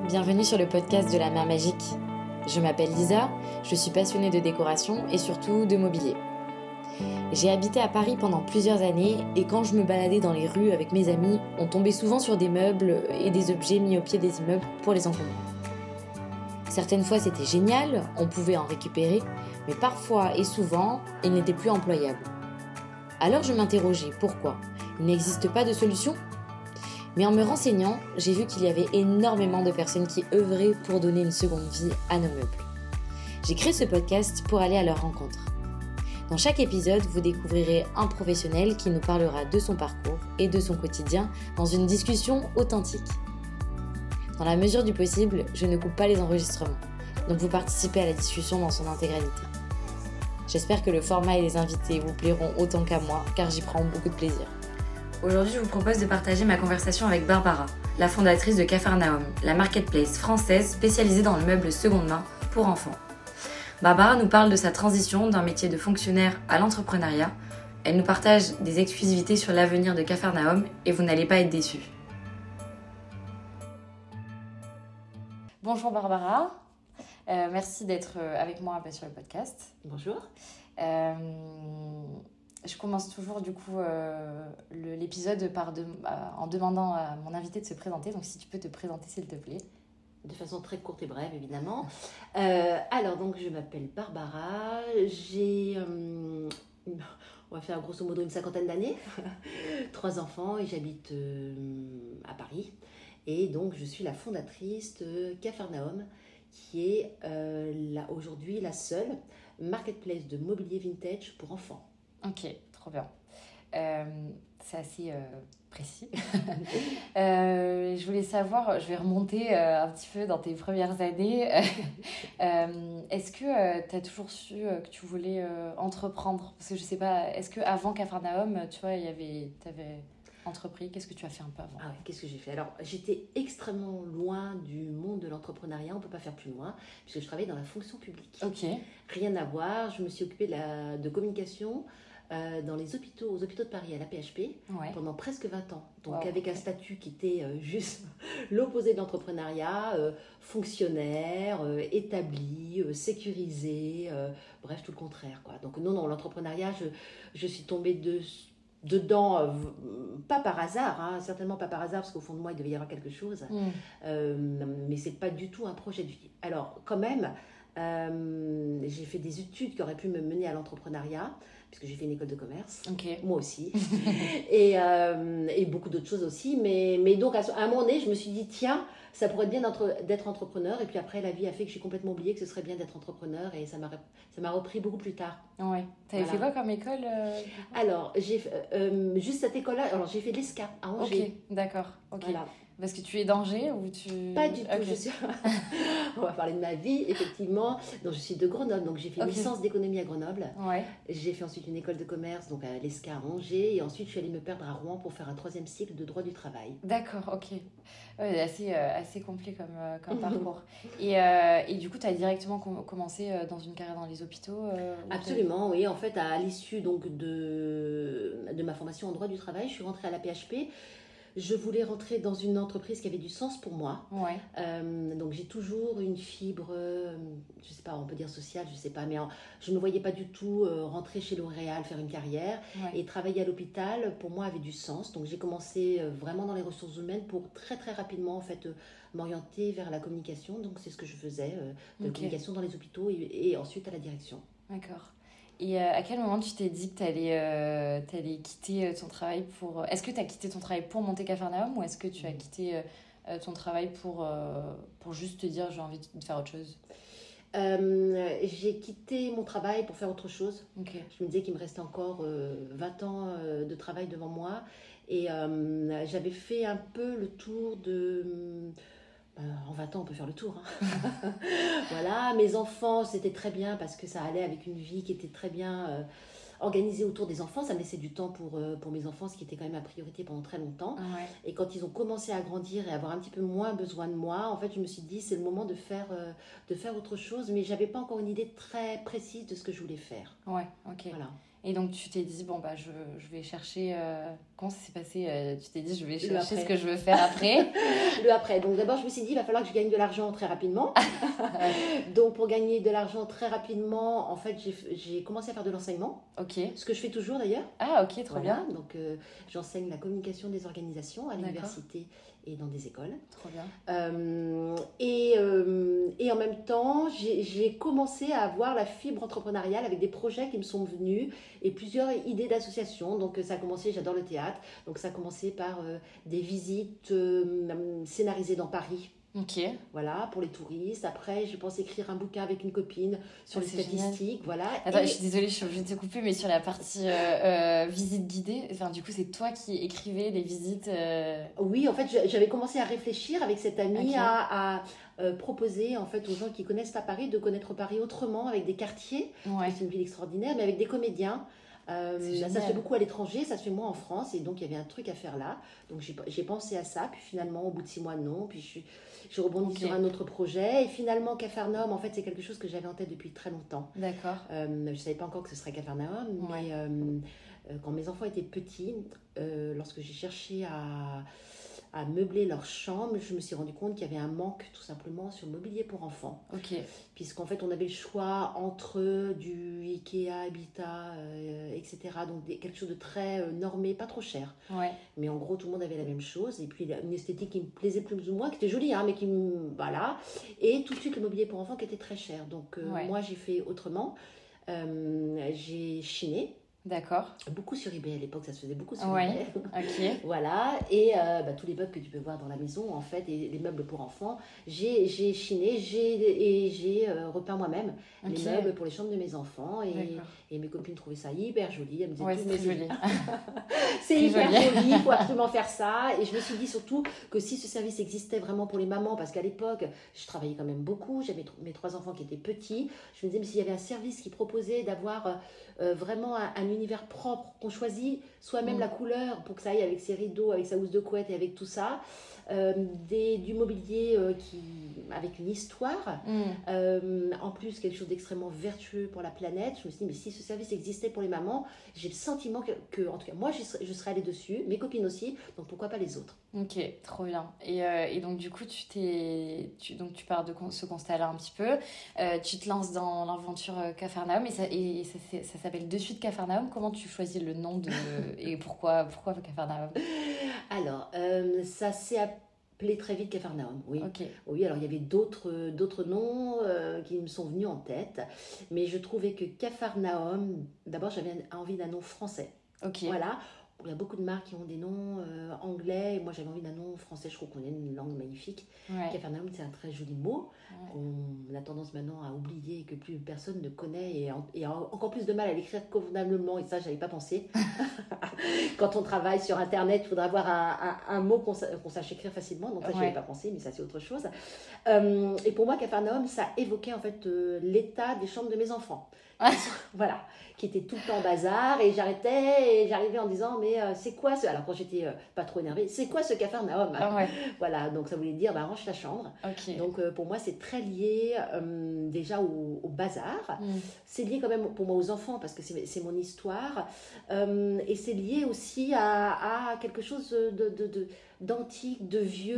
Bienvenue sur le podcast de la Mer Magique. Je m'appelle Lisa, je suis passionnée de décoration et surtout de mobilier. J'ai habité à Paris pendant plusieurs années et quand je me baladais dans les rues avec mes amis, on tombait souvent sur des meubles et des objets mis au pied des immeubles pour les encombrer. Certaines fois c'était génial, on pouvait en récupérer, mais parfois et souvent, ils n'étaient plus employables. Alors je m'interrogeais, pourquoi ? Il n'existe pas de solution ? Mais en me renseignant, j'ai vu qu'il y avait énormément de personnes qui œuvraient pour donner une seconde vie à nos meubles. J'ai créé ce podcast pour aller à leur rencontre. Dans chaque épisode, vous découvrirez un professionnel qui nous parlera de son parcours et de son quotidien dans une discussion authentique. Dans la mesure du possible, je ne coupe pas les enregistrements, donc vous participez à la discussion dans son intégralité. J'espère que le format et les invités vous plairont autant qu'à moi, car j'y prends beaucoup de plaisir. Aujourd'hui, je vous propose de partager ma conversation avec Barbara, la fondatrice de Capharnaüm, la marketplace française spécialisée dans le meuble seconde main pour enfants. Barbara nous parle de sa transition d'un métier de fonctionnaire à l'entrepreneuriat. Elle nous partage des exclusivités sur l'avenir de Capharnaüm et vous n'allez pas être déçus. Bonjour Barbara, merci d'être avec moi sur le podcast. Bonjour. Je commence toujours du coup l'épisode en demandant à mon invité de se présenter. Donc si tu peux te présenter s'il te plaît. De façon très courte et brève évidemment. Alors donc je m'appelle Barbara, j'ai on va faire grosso modo une 50aine d'années, 3 enfants et j'habite à Paris. Et donc je suis la fondatrice de Capharnaüm qui est aujourd'hui la seule marketplace de mobilier vintage pour enfants. Ok, trop bien. C'est assez précis. Je voulais savoir, je vais remonter un petit peu dans tes premières années. Est-ce que tu as toujours su que tu voulais entreprendre ? Parce que je sais pas, est-ce qu'avant Capharnaüm, tu vois, tu avais entrepris ? Qu'est-ce que tu as fait un peu avant ? Ah ouais, qu'est-ce que j'ai fait ? Alors, j'étais extrêmement loin du monde de l'entrepreneuriat, on ne peut pas faire plus loin, puisque je travaillais dans la fonction publique. Ok. Rien à voir, je me suis occupée de communication dans les hôpitaux, aux hôpitaux de Paris, à la PHP, pendant presque 20 ans. Donc avec un statut qui était juste l'opposé de l'entrepreneuriat, fonctionnaire, établi, sécurisé, bref, tout le contraire, quoi. Donc non, l'entrepreneuriat, je suis tombée dedans, pas par hasard, hein, certainement pas par hasard, parce qu'au fond de moi, il devait y avoir quelque chose. Mais c'est pas du tout un projet de vie. Alors, quand même, j'ai fait des études qui auraient pu me mener à l'entrepreneuriat, puisque j'ai fait une école de commerce, moi aussi, et beaucoup d'autres choses aussi. Mais donc, à un moment donné, je me suis dit, tiens, ça pourrait être bien d'être entrepreneur. Et puis après, la vie a fait que j'ai complètement oublié que ce serait bien d'être entrepreneur. Et ça m'a repris beaucoup plus tard. Ouais. T'avais fait quoi comme école Alors, j'ai juste cette école-là. Alors, j'ai fait l'ESCA à Angers. Ok, d'accord. Ok. Voilà. Parce que tu es d'Angers ou tu... Pas du tout. On va parler de ma vie, effectivement. Donc, je suis de Grenoble, donc j'ai fait une licence d'économie à Grenoble. Ouais. J'ai fait ensuite une école de commerce, donc à l'ESCA à Angers. Et ensuite, je suis allée me perdre à Rouen pour faire un 3e cycle de droit du travail. D'accord, ok. Ouais, assez complet comme parcours. Et du coup, tu as directement commencé dans une carrière dans les hôpitaux Absolument, oui. En fait, à l'issue donc, de ma formation en droit du travail, je suis rentrée à la PHP. Je voulais rentrer dans une entreprise qui avait du sens pour moi. Ouais. Donc j'ai toujours une fibre, je sais pas, on peut dire sociale, je sais pas, mais je ne me voyais pas du tout rentrer chez L'Oréal, faire une carrière. Ouais. Et travailler à l'hôpital, pour moi, avait du sens. Donc j'ai commencé vraiment dans les ressources humaines pour très très rapidement en fait m'orienter vers la communication. Donc c'est ce que je faisais, de la communication dans les hôpitaux et ensuite à la direction. D'accord. Et à quel moment tu t'es dit que tu allais quitter ton travail pour... Est-ce que tu as quitté ton travail pour monter Capharnaüm ou est-ce que tu as quitté ton travail pour juste te dire j'ai envie de faire autre chose ? J'ai quitté mon travail pour faire autre chose. Okay. Je me disais qu'il me restait encore 20 ans de travail devant moi. Et j'avais fait un peu le tour de... En 20 ans, on peut faire le tour. Hein. Voilà, mes enfants, c'était très bien parce que ça allait avec une vie qui était très bien organisée autour des enfants. Ça me laissait du temps pour mes enfants, ce qui était quand même ma priorité pendant très longtemps. Ouais. Et quand ils ont commencé à grandir et avoir un petit peu moins besoin de moi, en fait, je me suis dit, c'est le moment de faire autre chose. Mais je n'avais pas encore une idée très précise de ce que je voulais faire. Ouais, ok. Voilà. Et donc, tu t'es dit, bon, bah, je vais chercher comment ça s'est passé? Tu t'es dit, je vais chercher ce que je veux faire après. Le après. Donc d'abord, je me suis dit, il va falloir que je gagne de l'argent très rapidement. Donc pour gagner de l'argent très rapidement, en fait, j'ai commencé à faire de l'enseignement. Ok. Ce que je fais toujours d'ailleurs. Ah ok, trop bien. Donc j'enseigne la communication des organisations à l'université et dans des écoles. Trop bien. Et en même temps, j'ai commencé à avoir la fibre entrepreneuriale avec des projets qui me sont venus et plusieurs idées d'associations. Donc ça a commencé, j'adore le théâtre, donc ça a commencé par des visites scénarisées dans Paris. Ok. Voilà, pour les touristes. Après, j'ai pensé écrire un bouquin avec une copine sur les statistiques. Génial. Voilà. Attends, je suis désolée, je suis obligée de te couper, mais sur la partie visite guidée, enfin, du coup, c'est toi qui écrivais les visites Oui, en fait, j'avais commencé à réfléchir avec cette amie à proposer en fait aux gens qui connaissent pas Paris de connaître Paris autrement, avec des quartiers. C'est une ville extraordinaire, mais avec des comédiens. Ça se fait beaucoup à l'étranger, ça se fait moins en France, et donc il y avait un truc à faire là. Donc j'ai pensé à ça, puis finalement au bout de 6 mois non, puis je rebondis sur un autre projet, et finalement Capharnaüm, en fait c'est quelque chose que j'avais en tête depuis très longtemps. D'accord. Je savais pas encore que ce serait Capharnaüm, mais quand mes enfants étaient petits, lorsque j'ai cherché à meubler leur chambre, je me suis rendu compte qu'il y avait un manque tout simplement sur le mobilier pour enfants. Ok. Puisqu'en fait on avait le choix entre du Ikea, Habitat, etc. Donc quelque chose de très normé, pas trop cher. Ouais. Mais en gros tout le monde avait la même chose. Et puis une esthétique qui me plaisait plus ou moins, qui était jolie, hein, mais qui me... Voilà. Et tout de suite le mobilier pour enfants qui était très cher. Donc moi j'ai fait autrement. J'ai chiné. D'accord. Beaucoup sur eBay à l'époque, ça se faisait beaucoup sur eBay. Ok. Voilà, et tous les meubles que tu peux voir dans la maison, en fait, et les meubles pour enfants, j'ai chiné, j'ai repeint moi-même les meubles pour les chambres de mes enfants, et mes copines trouvaient ça hyper joli. Elles me disaient c'est joli. C'est hyper joli, il faut absolument faire ça. Et je me suis dit surtout que si ce service existait vraiment pour les mamans, parce qu'à l'époque, je travaillais quand même beaucoup, j'avais mes 3 enfants qui étaient petits, je me disais, mais s'il y avait un service qui proposait d'avoir vraiment un univers propre, qu'on choisit soi-même la couleur pour que ça aille avec ses rideaux, avec sa housse de couette et avec tout ça, du mobilier avec une histoire, en plus quelque chose d'extrêmement vertueux pour la planète. Je me suis dit, mais si ce service existait pour les mamans, j'ai le sentiment que en tout cas moi je serais allée dessus, mes copines aussi, donc pourquoi pas les autres. Ok, trop bien. Et donc du coup tu pars de ce constat-là un petit peu, tu te lances dans l'aventure Capharnaüm, et ça s'appelle De Suite Capharnaüm. Comment tu choisis le nom et pourquoi Capharnaüm? Alors ça s'est appelé très vite Capharnaüm, oui. Okay. Oui, alors il y avait d'autres noms qui me sont venus en tête, mais je trouvais que Capharnaüm, d'abord j'avais envie d'un nom français. Ok. Voilà. Il y a beaucoup de marques qui ont des noms anglais, et moi j'avais envie d'un nom français. Je trouve qu'on a une langue magnifique. Capharnaüm, c'est un très joli mot qu'on a tendance maintenant à oublier et que plus personne ne connaît, et a encore plus de mal à l'écrire convenablement, et ça j'avais pas pensé. Quand on travaille sur internet, il faudra avoir un mot qu'on sache écrire facilement, donc ça j'avais pas pensé, mais ça c'est autre chose. Et pour moi Capharnaüm, ça évoquait en fait l'état des chambres de mes enfants. Voilà, qui était tout le temps bazar, et j'arrivais en disant mais c'est quoi ce... Alors quand j'étais pas trop énervée, c'est quoi ce Capharnaüm? Voilà, donc ça voulait dire range ta chambre. Donc pour moi c'est très lié déjà au bazar. C'est lié quand même pour moi aux enfants parce que c'est mon histoire, et c'est lié aussi à quelque chose d'antique, de vieux,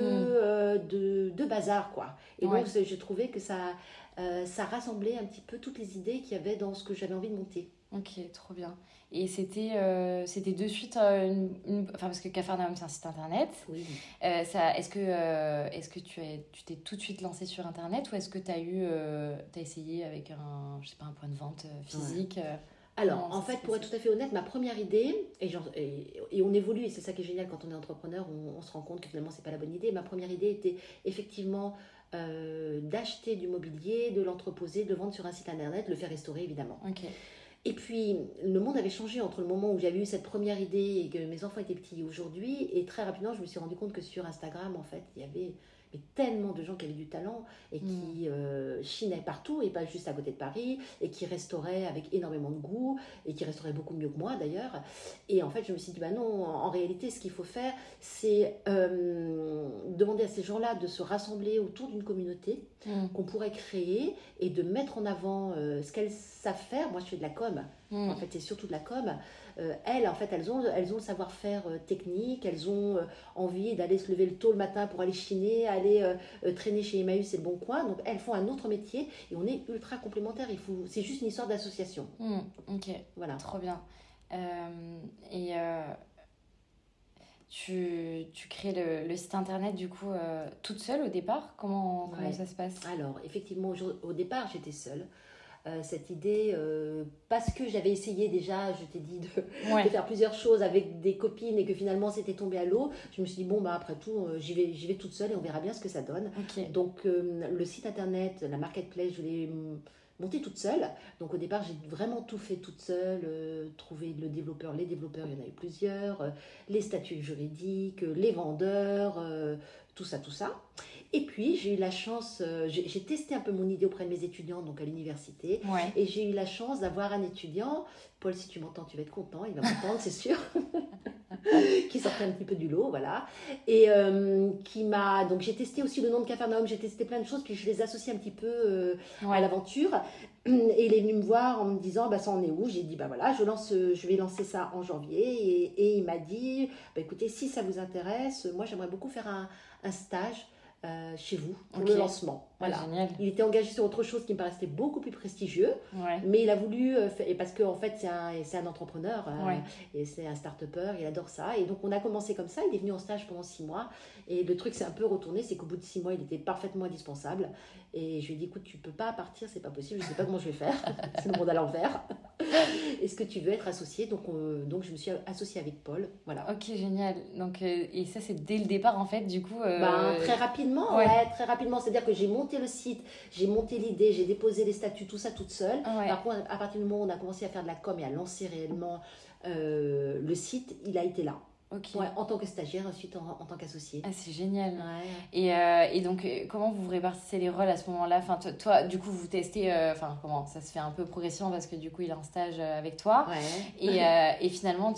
de bazar quoi. Et donc j'ai trouvé que ça rassemblait un petit peu toutes les idées qu'il y avait dans ce que j'avais envie de monter. Ok, trop bien. Et c'était de suite enfin parce que Capharnaüm c'est un site internet. Oui. Est-ce que tu t'es tout de suite lancée sur internet, ou est-ce que t'as essayé avec un point de vente physique? Alors, en fait, pour être tout à fait honnête, ma première idée, et on évolue, et c'est ça qui est génial quand on est entrepreneur, on se rend compte que finalement c'est pas la bonne idée. Ma première idée était effectivement d'acheter du mobilier, de l'entreposer, de le vendre sur un site internet, le faire restaurer évidemment. Ok. Et puis, le monde avait changé entre le moment où j'avais eu cette première idée et que mes enfants étaient petits aujourd'hui. Et très rapidement, je me suis rendu compte que sur Instagram, en fait, il y avait tellement de gens qui avaient du talent et qui chinaient partout, et pas juste à côté de Paris, et qui restauraient avec énormément de goût, et qui restauraient beaucoup mieux que moi d'ailleurs. Et en fait, je me suis dit, bah non, en réalité, ce qu'il faut faire, c'est demander à ces gens-là de se rassembler autour d'une communauté qu'on pourrait créer, et de mettre en avant ce qu'elles savent faire. Moi, je fais de la com, En fait, c'est surtout de la com. Elles, en fait, elles ont le savoir-faire technique, elles ont envie d'aller se lever tôt le matin pour aller chiner, aller traîner chez Emmaüs et Le Bon Coin. Donc, elles font un autre métier et on est ultra complémentaires. C'est juste une histoire d'association. Ok, voilà. Trop bien. Tu crées le site internet du coup toute seule au départ. Comment ça se passe? Alors, effectivement, au départ, j'étais seule. Cette idée, parce que j'avais essayé déjà, je t'ai dit, de faire plusieurs choses avec des copines et que finalement c'était tombé à l'eau, je me suis dit, bon, après tout, j'y vais toute seule et on verra bien ce que ça donne. Okay. Donc, le site internet, la marketplace, je l'ai monté toute seule. Donc, au départ, j'ai vraiment tout fait toute seule, trouver les développeurs, il y en avait plusieurs, les statuts juridiques, les vendeurs, tout ça. Et puis, j'ai eu la chance, j'ai testé un peu mon idée auprès de mes étudiants, donc à l'université. Et j'ai eu la chance d'avoir un étudiant, Paul, si tu m'entends, tu vas être content, il va m'entendre, c'est sûr, qui sortait un petit peu du lot, voilà. Et qui m'a... Donc, j'ai testé aussi le nom de Capharnaüm, j'ai testé plein de choses, puis je les associe un petit peu à l'aventure. Et il est venu me voir en me disant, ça en est où? J'ai dit, voilà, je vais lancer ça en janvier. Et il m'a dit, écoutez, si ça vous intéresse, moi, j'aimerais beaucoup faire un stage chez vous pour le lancement. Voilà. Génial. Il était engagé sur autre chose qui me paraissait beaucoup plus prestigieux, mais il a voulu, et parce qu'en fait c'est un entrepreneur et c'est un start-upper, il adore ça, et donc on a commencé comme ça. Il est venu en stage pendant 6 mois et le truc s'est un peu retourné, c'est qu'au bout de 6 mois il était parfaitement indispensable et je lui ai dit, écoute, tu peux pas partir, c'est pas possible, je sais pas comment je vais faire, c'est le monde à l'envers. Est-ce que tu veux être associée? Donc je me suis associée avec Paul, voilà. Ok, génial. Donc et ça c'est dès le départ en fait, du coup très rapidement, très rapidement, c'est-à-dire que j'ai monté le site, j'ai monté l'idée, j'ai déposé les statuts, tout ça toute seule. Par contre, à partir du moment où on a commencé à faire de la com et à lancer réellement le site, il a été là. En tant que stagiaire, ensuite en tant qu'associé. C'est génial. Et donc, comment vous répartissez les rôles à ce moment-là? Enfin, toi, du coup, vous testez... comment ça se fait un peu progressivement parce que du coup, il a un stage avec toi. Et finalement,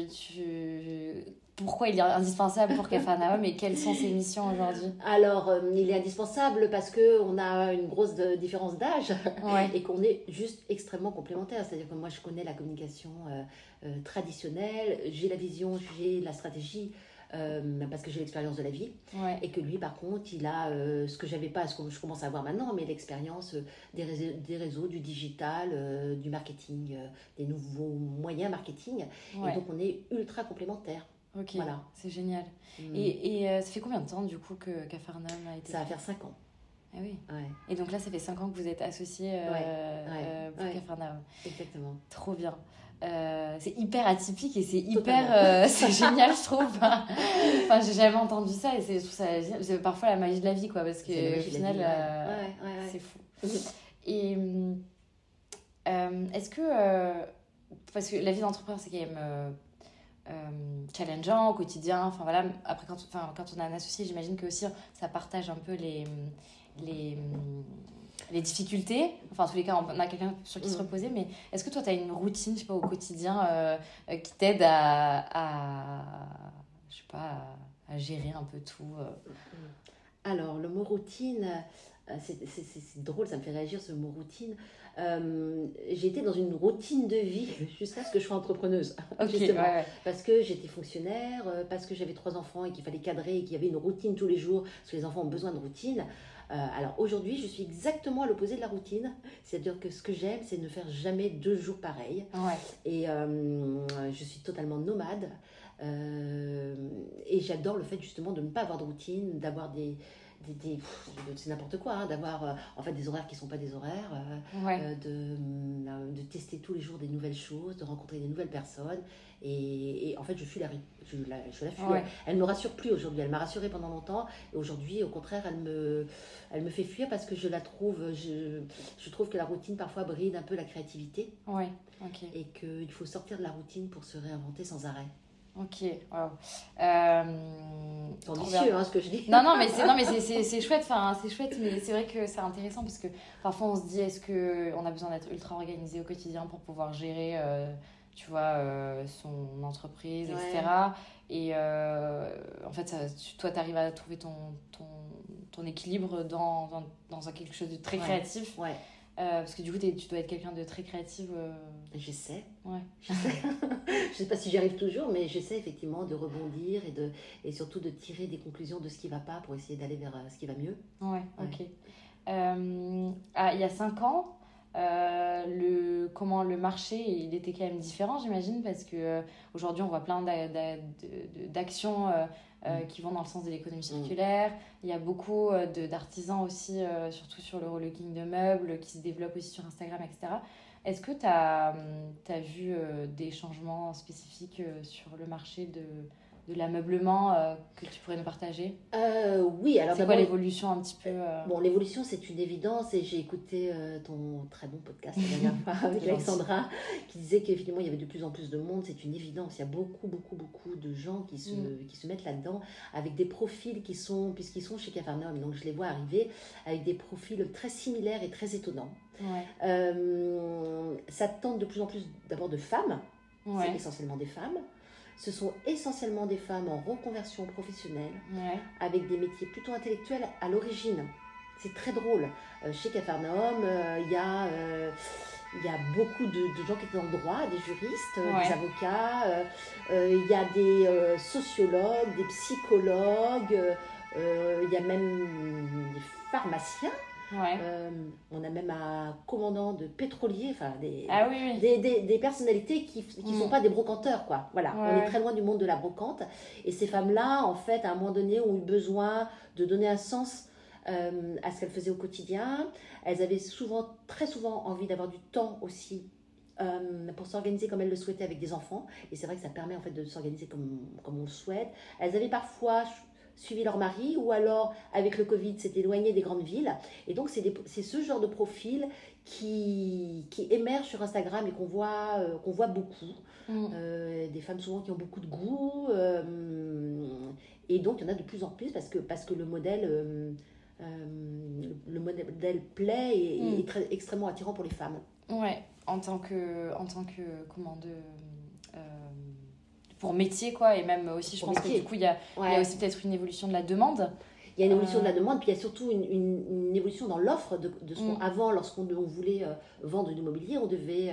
pourquoi il est indispensable pour Capharnaüm et quelles sont ses missions aujourd'hui? Alors, il est indispensable parce qu'on a une grosse différence d'âge et qu'on est juste extrêmement complémentaires. C'est-à-dire que moi, je connais la communication traditionnelle, j'ai la vision, j'ai la stratégie parce que j'ai l'expérience de la vie. Et que lui, par contre, il a ce que j'avais pas, ce que je commence à avoir maintenant, mais l'expérience des réseaux, du digital, du marketing, des nouveaux moyens marketing. Et donc, on est ultra complémentaires. Ok, voilà. C'est génial. Et ça fait combien de temps du coup que Capharnaüm a été... Ça va faire 5 ans. Ah oui. Et donc là, ça fait 5 ans que vous êtes associés pour Capharnaüm. Exactement. Trop bien. C'est hyper atypique et c'est hyper... c'est génial, je trouve. Enfin, j'ai jamais entendu ça et je trouve ça... C'est parfois la magie de la vie, quoi, parce que au final, c'est fou. Et est-ce que... parce que la vie d'entrepreneur, c'est quand même... challengeant au quotidien, enfin voilà. Après quand on a un associé, j'imagine que aussi ça partage un peu les difficultés, enfin en tous les cas on a quelqu'un sur qui se reposer, mais est-ce que toi tu as une routine, je sais pas, au quotidien qui t'aide à gérer un peu tout? Alors le mot routine, c'est drôle, ça me fait réagir ce mot routine. J'ai été dans une routine de vie jusqu'à ce que je sois entrepreneuse, justement. Parce que j'étais fonctionnaire, parce que j'avais 3 enfants et qu'il fallait cadrer et qu'il y avait une routine tous les jours, parce que les enfants ont besoin de routine. Alors aujourd'hui, je suis exactement à l'opposé de la routine, c'est-à-dire que ce que j'aime, c'est ne faire jamais 2 jours pareils. Et je suis totalement nomade et j'adore le fait justement de ne pas avoir de routine, d'avoir c'est n'importe quoi, d'avoir en fait des horaires qui ne sont pas des horaires, de tester tous les jours des nouvelles choses, de rencontrer des nouvelles personnes. Et en fait, je fuis la fuis. Elle ne me rassure plus aujourd'hui. Elle m'a rassurée pendant longtemps. Et aujourd'hui, au contraire, elle me fait fuir parce que je la trouve... Je trouve que la routine, parfois, bride un peu la créativité. Et qu'il faut sortir de la routine pour se réinventer sans arrêt. Ok, wow. C'est ambitieux, ce que je dis. Non, mais c'est chouette. Enfin, c'est chouette, mais c'est vrai que c'est intéressant parce que parfois on se dit, est-ce qu'on a besoin d'être ultra organisé au quotidien pour pouvoir gérer, son entreprise, etc. Et en fait, toi, tu arrives à trouver ton équilibre dans quelque chose de très créatif. Parce que du coup, tu dois être quelqu'un de très créative. J'essaie. Ouais. J'essaie. Je ne sais pas si j'y arrive toujours, mais j'essaie effectivement de rebondir et surtout de tirer des conclusions de ce qui ne va pas pour essayer d'aller vers ce qui va mieux. Ouais, ok. Il y a 5 ans, le marché il était quand même différent, j'imagine, parce que aujourd'hui on voit plein d'actions qui vont dans le sens de l'économie circulaire. Il y a beaucoup d'artisans aussi, surtout sur le relooking de meubles, qui se développent aussi sur Instagram, etc. Est-ce que tu as vu des changements spécifiques sur le marché de l'ameublement que tu pourrais nous partager? Oui, alors c'est quoi l'évolution un petit peu Bon, l'évolution, c'est une évidence, et j'ai écouté ton très bon podcast la dernière fois avec Alexandra, qui disait qu'effectivement, il y avait de plus en plus de monde. C'est une évidence. Il y a beaucoup de gens qui se mettent là-dedans avec des profils puisqu'ils sont chez Capharnaüm, donc je les vois arriver avec des profils très similaires et très étonnants. Ouais. Ça tente de plus en plus d'abord de femmes. Ouais. C'est essentiellement des femmes. Ce sont essentiellement des femmes en reconversion professionnelle, avec des métiers plutôt intellectuels à l'origine. C'est très drôle. Chez Capharnaüm, il y a beaucoup de gens qui étaient dans le droit, des juristes, des avocats, il y a des sociologues, des psychologues, il y a même des pharmaciens. On a même un commandant de pétrolier, enfin des personnalités qui sont pas des brocanteurs, quoi. Voilà, on est très loin du monde de la brocante, et ces femmes-là, en fait, à un moment donné, ont eu besoin de donner un sens à ce qu'elles faisaient au quotidien. Elles avaient très souvent envie d'avoir du temps aussi pour s'organiser comme elles le souhaitaient avec des enfants, et c'est vrai que ça permet en fait de s'organiser comme on le souhaite. Elles avaient parfois suivi leur mari, ou alors avec le Covid s'est éloigné des grandes villes, et donc c'est ce genre de profil qui émerge sur Instagram et qu'on voit beaucoup. Des femmes souvent qui ont beaucoup de goût, et donc il y en a de plus en plus parce que le modèle plaît et est extrêmement attirant pour les femmes. Ouais, en tant que pour métier, quoi, et même aussi je pense que du coup il y a aussi peut-être une évolution de la demande. Il y a une évolution de la demande, puis il y a surtout une évolution dans l'offre de ce qu'on avant, lorsqu'on voulait vendre du mobilier, on devait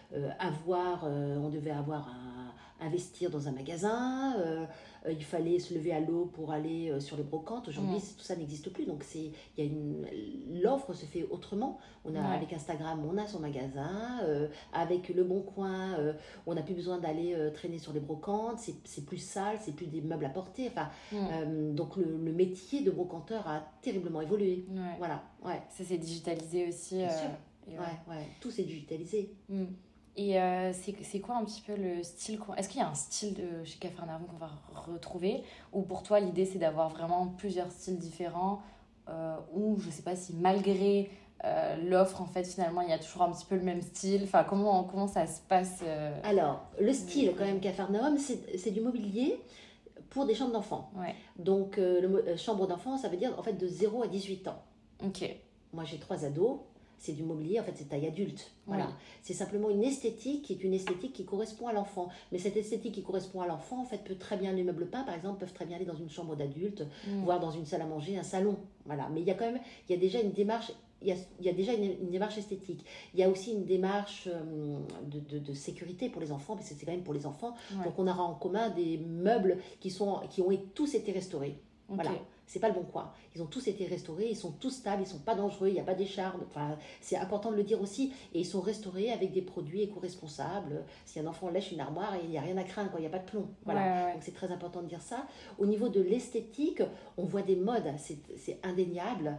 investir dans un magasin, il fallait se lever à l'aube pour aller sur les brocantes. Aujourd'hui, tout ça n'existe plus, donc l'offre se fait autrement. Avec Instagram, on a son magasin, avec Le Bon Coin, on n'a plus besoin d'aller traîner sur les brocantes, c'est plus sale, c'est plus des meubles à porter. Donc le métier de brocanteur a terriblement évolué. Voilà, ça s'est digitalisé aussi. Bien sûr. Tout s'est digitalisé. Et c'est quoi un petit peu le style Est-ce qu'il y a un style chez Capharnaüm qu'on va retrouver, ou pour toi l'idée c'est d'avoir vraiment plusieurs styles différents, ou je sais pas si malgré l'offre en fait finalement il y a toujours un petit peu le même style, enfin comment ça se passe Alors le style quand même Capharnaüm, c'est du mobilier pour des chambres d'enfants. Donc chambre d'enfants, ça veut dire en fait de 0 à 18 ans. Ok. Moi j'ai 3 ados. C'est du mobilier, en fait, c'est taille adulte. Voilà. C'est simplement une esthétique qui est une esthétique qui correspond à l'enfant. Mais cette esthétique qui correspond à l'enfant, en fait, les meubles peints, par exemple, peuvent très bien aller dans une chambre d'adulte, voire dans une salle à manger, un salon. Voilà. Mais il y a déjà une démarche. Il y a déjà une démarche esthétique. Il y a aussi une démarche de sécurité pour les enfants, parce que c'est quand même pour les enfants. Donc on aura en commun des meubles qui ont tous été restaurés. Voilà. C'est pas Le Bon Coin. Ils ont tous été restaurés, ils sont tous stables, ils sont pas dangereux, il n'y a pas d'écharpe. Enfin, c'est important de le dire aussi. Et ils sont restaurés avec des produits éco-responsables. Si un enfant lèche une armoire, il n'y a rien à craindre, il n'y a pas de plomb. Voilà. Donc c'est très important de dire ça. Au niveau de l'esthétique, on voit des modes, c'est indéniable.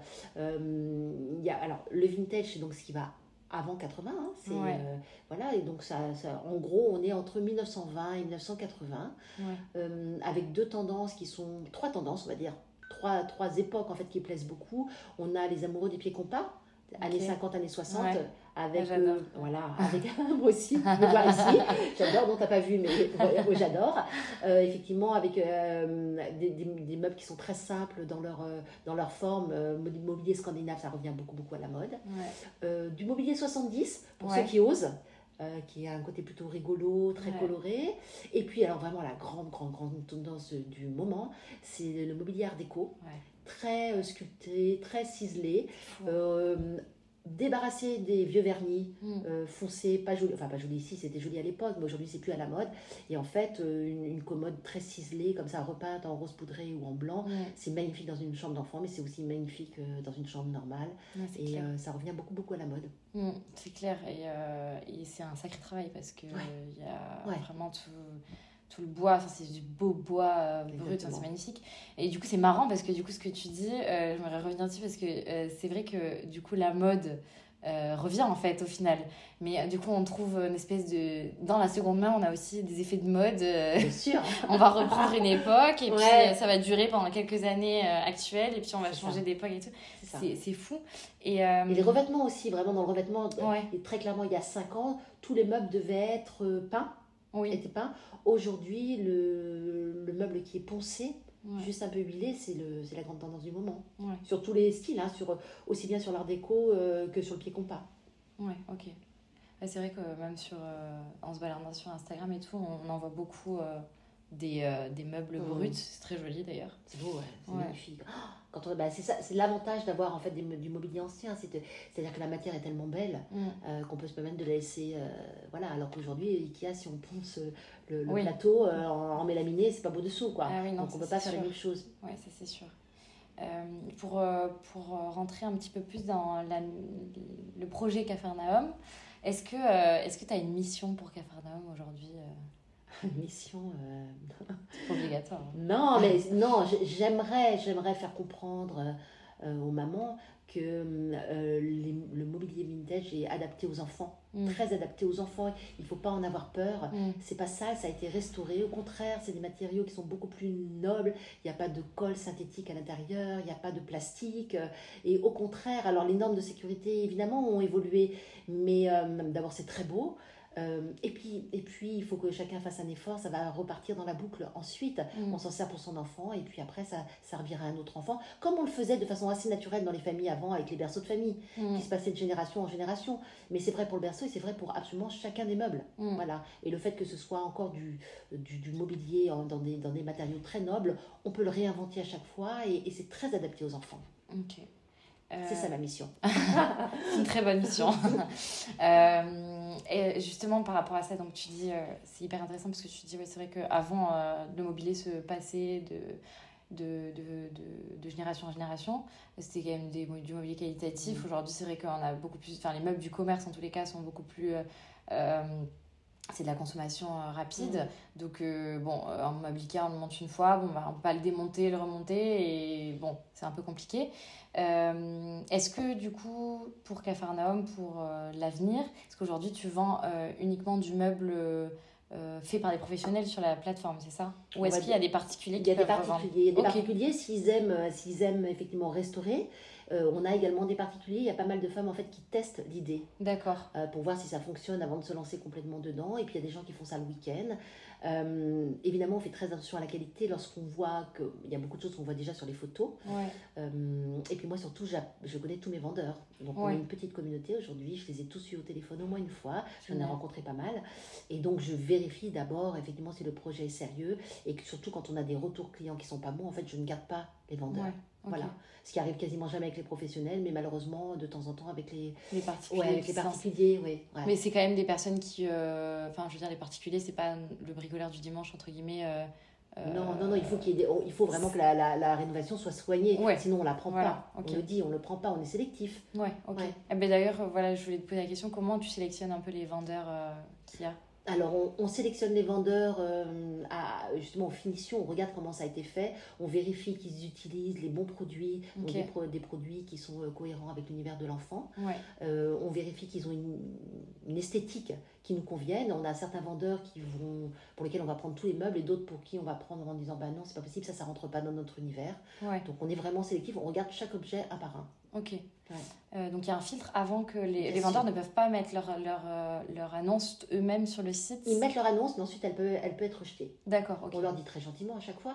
Alors, le vintage, c'est donc ce qui va avant 80, voilà, et donc en gros on est entre 1920 et 1980, avec trois tendances, on va dire, trois époques en fait qui plaisent beaucoup. On a les amoureux des pieds compas, années 50, années 60, avec moi aussi, me voir ici, j'adore, non t'as pas vu, mais j'adore, effectivement, avec des meubles qui sont très simples dans leur forme, mobilier scandinave, ça revient beaucoup à la mode, du mobilier 70 pour ceux qui osent, qui a un côté plutôt rigolo, très coloré. Et puis alors vraiment la grande tendance du moment, c'est le mobilier art déco, très sculpté, très ciselé, débarrasser des vieux vernis foncés, pas jolis, enfin pas jolis ici, c'était joli à l'époque, mais aujourd'hui c'est plus à la mode. Et en fait, une commode très ciselée, comme ça, repeinte en rose poudré ou en blanc, c'est magnifique dans une chambre d'enfant, mais c'est aussi magnifique dans une chambre normale. Et ça revient beaucoup, beaucoup à la mode. C'est clair, et c'est un sacré travail parce qu'il y a vraiment tout le bois, c'est du beau bois brut, c'est magnifique. Et du coup, c'est marrant parce que du coup, ce que tu dis, j'aimerais revenir dessus parce que c'est vrai que du coup, la mode revient en fait au final. Mais du coup, on trouve une espèce de... Dans la seconde main, on a aussi des effets de mode. Bien sûr. On va reprendre une époque et puis ça va durer pendant quelques années actuelles et puis on va changer d'époque et tout. C'est fou. Et les revêtements aussi, vraiment dans le revêtement, et très clairement, il y a 5 ans, tous les meubles devaient être peints. Était peint. Aujourd'hui, le meuble qui est poncé, juste un peu huilé, c'est la grande tendance du moment. Sur tous les styles, aussi bien sur l'art déco que sur le pied compas. Ouais, ok. C'est vrai que même en se baladant sur Instagram et tout, on en voit beaucoup des meubles bruts. C'est très joli d'ailleurs. C'est beau, c'est magnifique. C'est ça, c'est l'avantage d'avoir en fait du mobilier ancien, c'est-à-dire que la matière est tellement belle qu'on peut se permettre de la laisser, alors qu'aujourd'hui Ikea, si on ponce le plateau en mélaminé, c'est pas beau dessous quoi. Donc on peut pas faire les mêmes choses. Ouais, ça c'est sûr. Pour rentrer un petit peu plus dans le projet Capharnaüm, est-ce que tu as une mission pour Capharnaüm aujourd'hui? Mission c'est obligatoire. Non, mais j'aimerais faire comprendre aux mamans que le mobilier vintage est adapté aux enfants, très adapté aux enfants. Il ne faut pas en avoir peur. C'est pas ça a été restauré. Au contraire, c'est des matériaux qui sont beaucoup plus nobles. Il n'y a pas de colle synthétique à l'intérieur, il n'y a pas de plastique. Et au contraire, alors les normes de sécurité évidemment ont évolué, mais d'abord c'est très beau. Et puis, il faut que chacun fasse un effort, ça va repartir dans la boucle ensuite. On s'en sert pour son enfant et puis après ça servira à un autre enfant, comme on le faisait de façon assez naturelle dans les familles avant avec les berceaux de famille qui se passaient de génération en génération. Mais c'est vrai pour le berceau et c'est vrai pour absolument chacun des meubles. Voilà. Et le fait que ce soit encore du mobilier dans des matériaux très nobles, on peut le réinventer à chaque fois et c'est très adapté aux enfants. Ok. C'est ça ma mission. C'est une très bonne mission. Et justement par rapport à ça, donc tu dis, c'est hyper intéressant parce que tu dis, c'est vrai qu'avant le mobilier se passait de génération en génération, c'était quand même du mobilier qualitatif. Aujourd'hui c'est vrai qu'on a beaucoup plus, enfin les meubles du commerce en tous les cas sont beaucoup plus... c'est de la consommation rapide. Donc un meuble Ikea on le monte une fois, on peut pas le démonter, le remonter, et bon c'est un peu compliqué. Est-ce que du coup pour Capharnaüm, pour l'avenir, est-ce qu'aujourd'hui tu vends uniquement du meuble fait par des professionnels sur la plateforme, c'est ça? Ou est-ce qu'il y a des particuliers qui peuvent revendre? Il y a des particuliers s'ils aiment effectivement restaurer. On a également des particuliers, il y a pas mal de femmes en fait qui testent l'idée. D'accord. Pour voir si ça fonctionne avant de se lancer complètement dedans. Et puis il y a des gens qui font ça le week-end. Évidemment, on fait très attention à la qualité lorsqu'on voit qu'il y a beaucoup de choses qu'on voit déjà sur les photos. Et puis moi surtout, je connais tous mes vendeurs. Donc on a une petite communauté aujourd'hui, je les ai tous eus au téléphone au moins une fois, j'en ai rencontré pas mal. Et donc je vérifie d'abord effectivement si le projet est sérieux et que surtout quand on a des retours clients qui sont pas bons, en fait je ne garde pas les vendeurs. Voilà, ce qui arrive quasiment jamais avec les professionnels, mais malheureusement de temps en temps avec les particuliers. Avec les particuliers, Mais c'est quand même des personnes qui, je veux dire, les particuliers, c'est pas le bricoleur du dimanche entre guillemets. Non, il faut vraiment que la rénovation soit soignée, sinon on la prend pas. On le dit, on le prend pas, on est sélectif. D'ailleurs, je voulais te poser la question, comment tu sélectionnes un peu les vendeurs qu'il y a? Alors, on sélectionne les vendeurs justement en finition, on regarde comment ça a été fait, on vérifie qu'ils utilisent les bons produits, donc des produits qui sont cohérents avec l'univers de l'enfant. On vérifie qu'ils ont une esthétique qui nous convienne. On a certains vendeurs pour lesquels on va prendre tous les meubles et d'autres pour qui on va prendre en disant non, c'est pas possible, ça rentre pas dans notre univers. Donc on est vraiment sélectif, on regarde chaque objet un par un. Ok. Donc il y a un filtre avant que les vendeurs ne peuvent pas mettre leur annonce eux-mêmes sur le site. Ils mettent leur annonce, mais ensuite elle peut être rejetée. D'accord, ok. On leur dit très gentiment à chaque fois,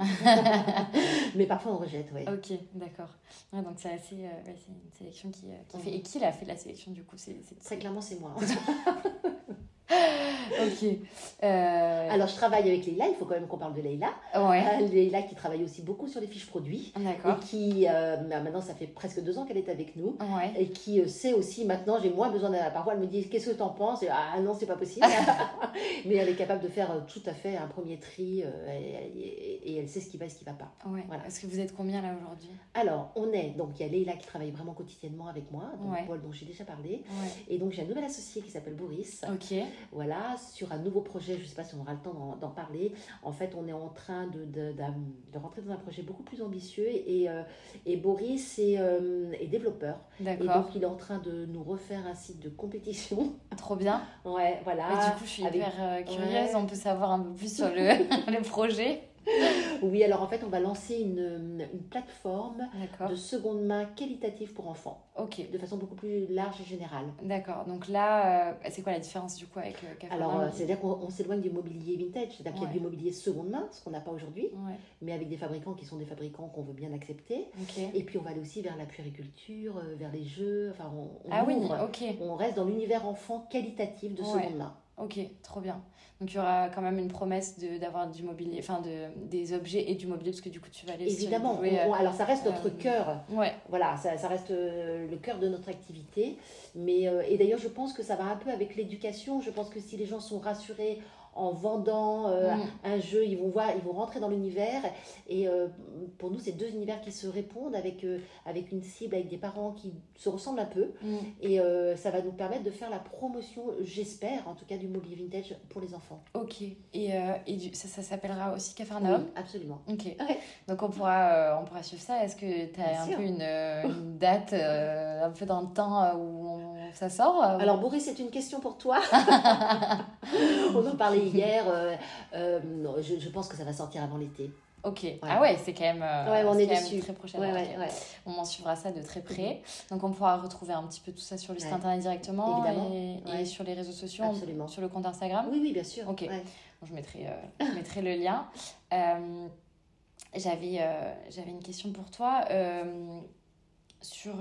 mais parfois on rejette, Ok, d'accord. Donc c'est assez, c'est une sélection qui fait. Et qui l'a fait la sélection du coup? Très clairement, c'est moi. Ok. Alors, je travaille avec Leïla, il faut quand même qu'on parle de Leïla. Ouais. Leïla qui travaille aussi beaucoup sur les fiches produits. D'accord. Et qui, maintenant, ça fait presque 2 ans qu'elle est avec nous. Ouais. Et qui sait aussi, maintenant, j'ai moins besoin de la parole. Elle me dit, qu'est-ce que tu en penses? Et, ah non, c'est pas possible. Mais elle est capable de faire tout à fait un premier tri et elle sait ce qui va et ce qui va pas. Ouais. Voilà. Est-ce que vous êtes combien là aujourd'hui? Alors, donc il y a Leïla qui travaille vraiment quotidiennement avec moi, donc Paul dont j'ai déjà parlé. Ouais. Et donc j'ai un nouvel associé qui s'appelle Boris. Ok. Voilà, sur un nouveau projet, je ne sais pas si on aura le temps d'en parler. En fait, on est en train de rentrer dans un projet beaucoup plus ambitieux et Boris est développeur. D'accord. Et donc il est en train de nous refaire un site de compétition. Trop bien. Ouais, voilà. Et du coup, je suis hyper curieuse, on peut savoir un peu plus sur le projet. Oui, alors en fait, on va lancer une plateforme de seconde main qualitative pour enfants. Ok. De façon beaucoup plus large et générale. D'accord. Donc là, c'est quoi la différence du coup avec Capharnaüm? Alors, c'est-à-dire qu'on s'éloigne du mobilier vintage, c'est-à-dire qu'il y a du mobilier seconde main, ce qu'on n'a pas aujourd'hui, mais avec des fabricants qui sont des fabricants qu'on veut bien accepter. Okay. Et puis, on va aller aussi vers la puériculture, vers les jeux. Enfin, on reste dans l'univers enfant qualitatif de seconde main. Ok, trop bien. Donc il y aura quand même une promesse d'avoir du mobilier, enfin des objets et du mobilier, parce que du coup tu vas aller... Évidemment, alors ça reste notre cœur. Ouais. Voilà, ça reste le cœur de notre activité. Mais, et d'ailleurs, je pense que ça va un peu avec l'éducation. Je pense que si les gens sont rassurés en vendant un jeu, ils vont rentrer dans l'univers. Et pour nous, c'est 2 univers qui se répondent avec une cible, avec des parents qui se ressemblent un peu. Et ça va nous permettre de faire la promotion, j'espère, en tout cas, du mobilier vintage pour les enfants. Ok. Et ça s'appellera aussi Capharnaüm? Oui, absolument. Ok. Ouais. Donc on pourra suivre ça. Est-ce que tu as un peu une date un peu dans le temps où ça sort? Alors Boris, c'est une question pour toi. On en parlait hier. Je pense que ça va sortir avant l'été. Ok. Ouais. Ah ouais, c'est quand même, on est dessus. Très prochainement. Ouais. On en suivra ça de très près. Donc on pourra retrouver un petit peu tout ça sur le site internet directement. Évidemment. Et sur les réseaux sociaux. Absolument. Sur le compte Instagram. Oui, bien sûr. Ok. Ouais. Donc, je mettrai le lien. J'avais une question pour toi sur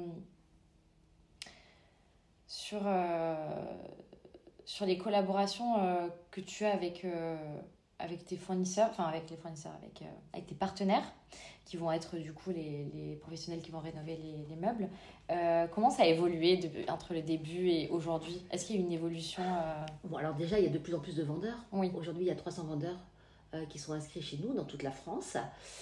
les collaborations que tu as avec tes fournisseurs, enfin avec les fournisseurs, avec tes partenaires qui vont être du coup les professionnels qui vont rénover les meubles. Comment ça a évolué entre le début et aujourd'hui? Est-ce qu'il y a une évolution Bon, alors déjà, il y a de plus en plus de vendeurs. Oui. Aujourd'hui, il y a 300 vendeurs qui sont inscrits chez nous dans toute la France.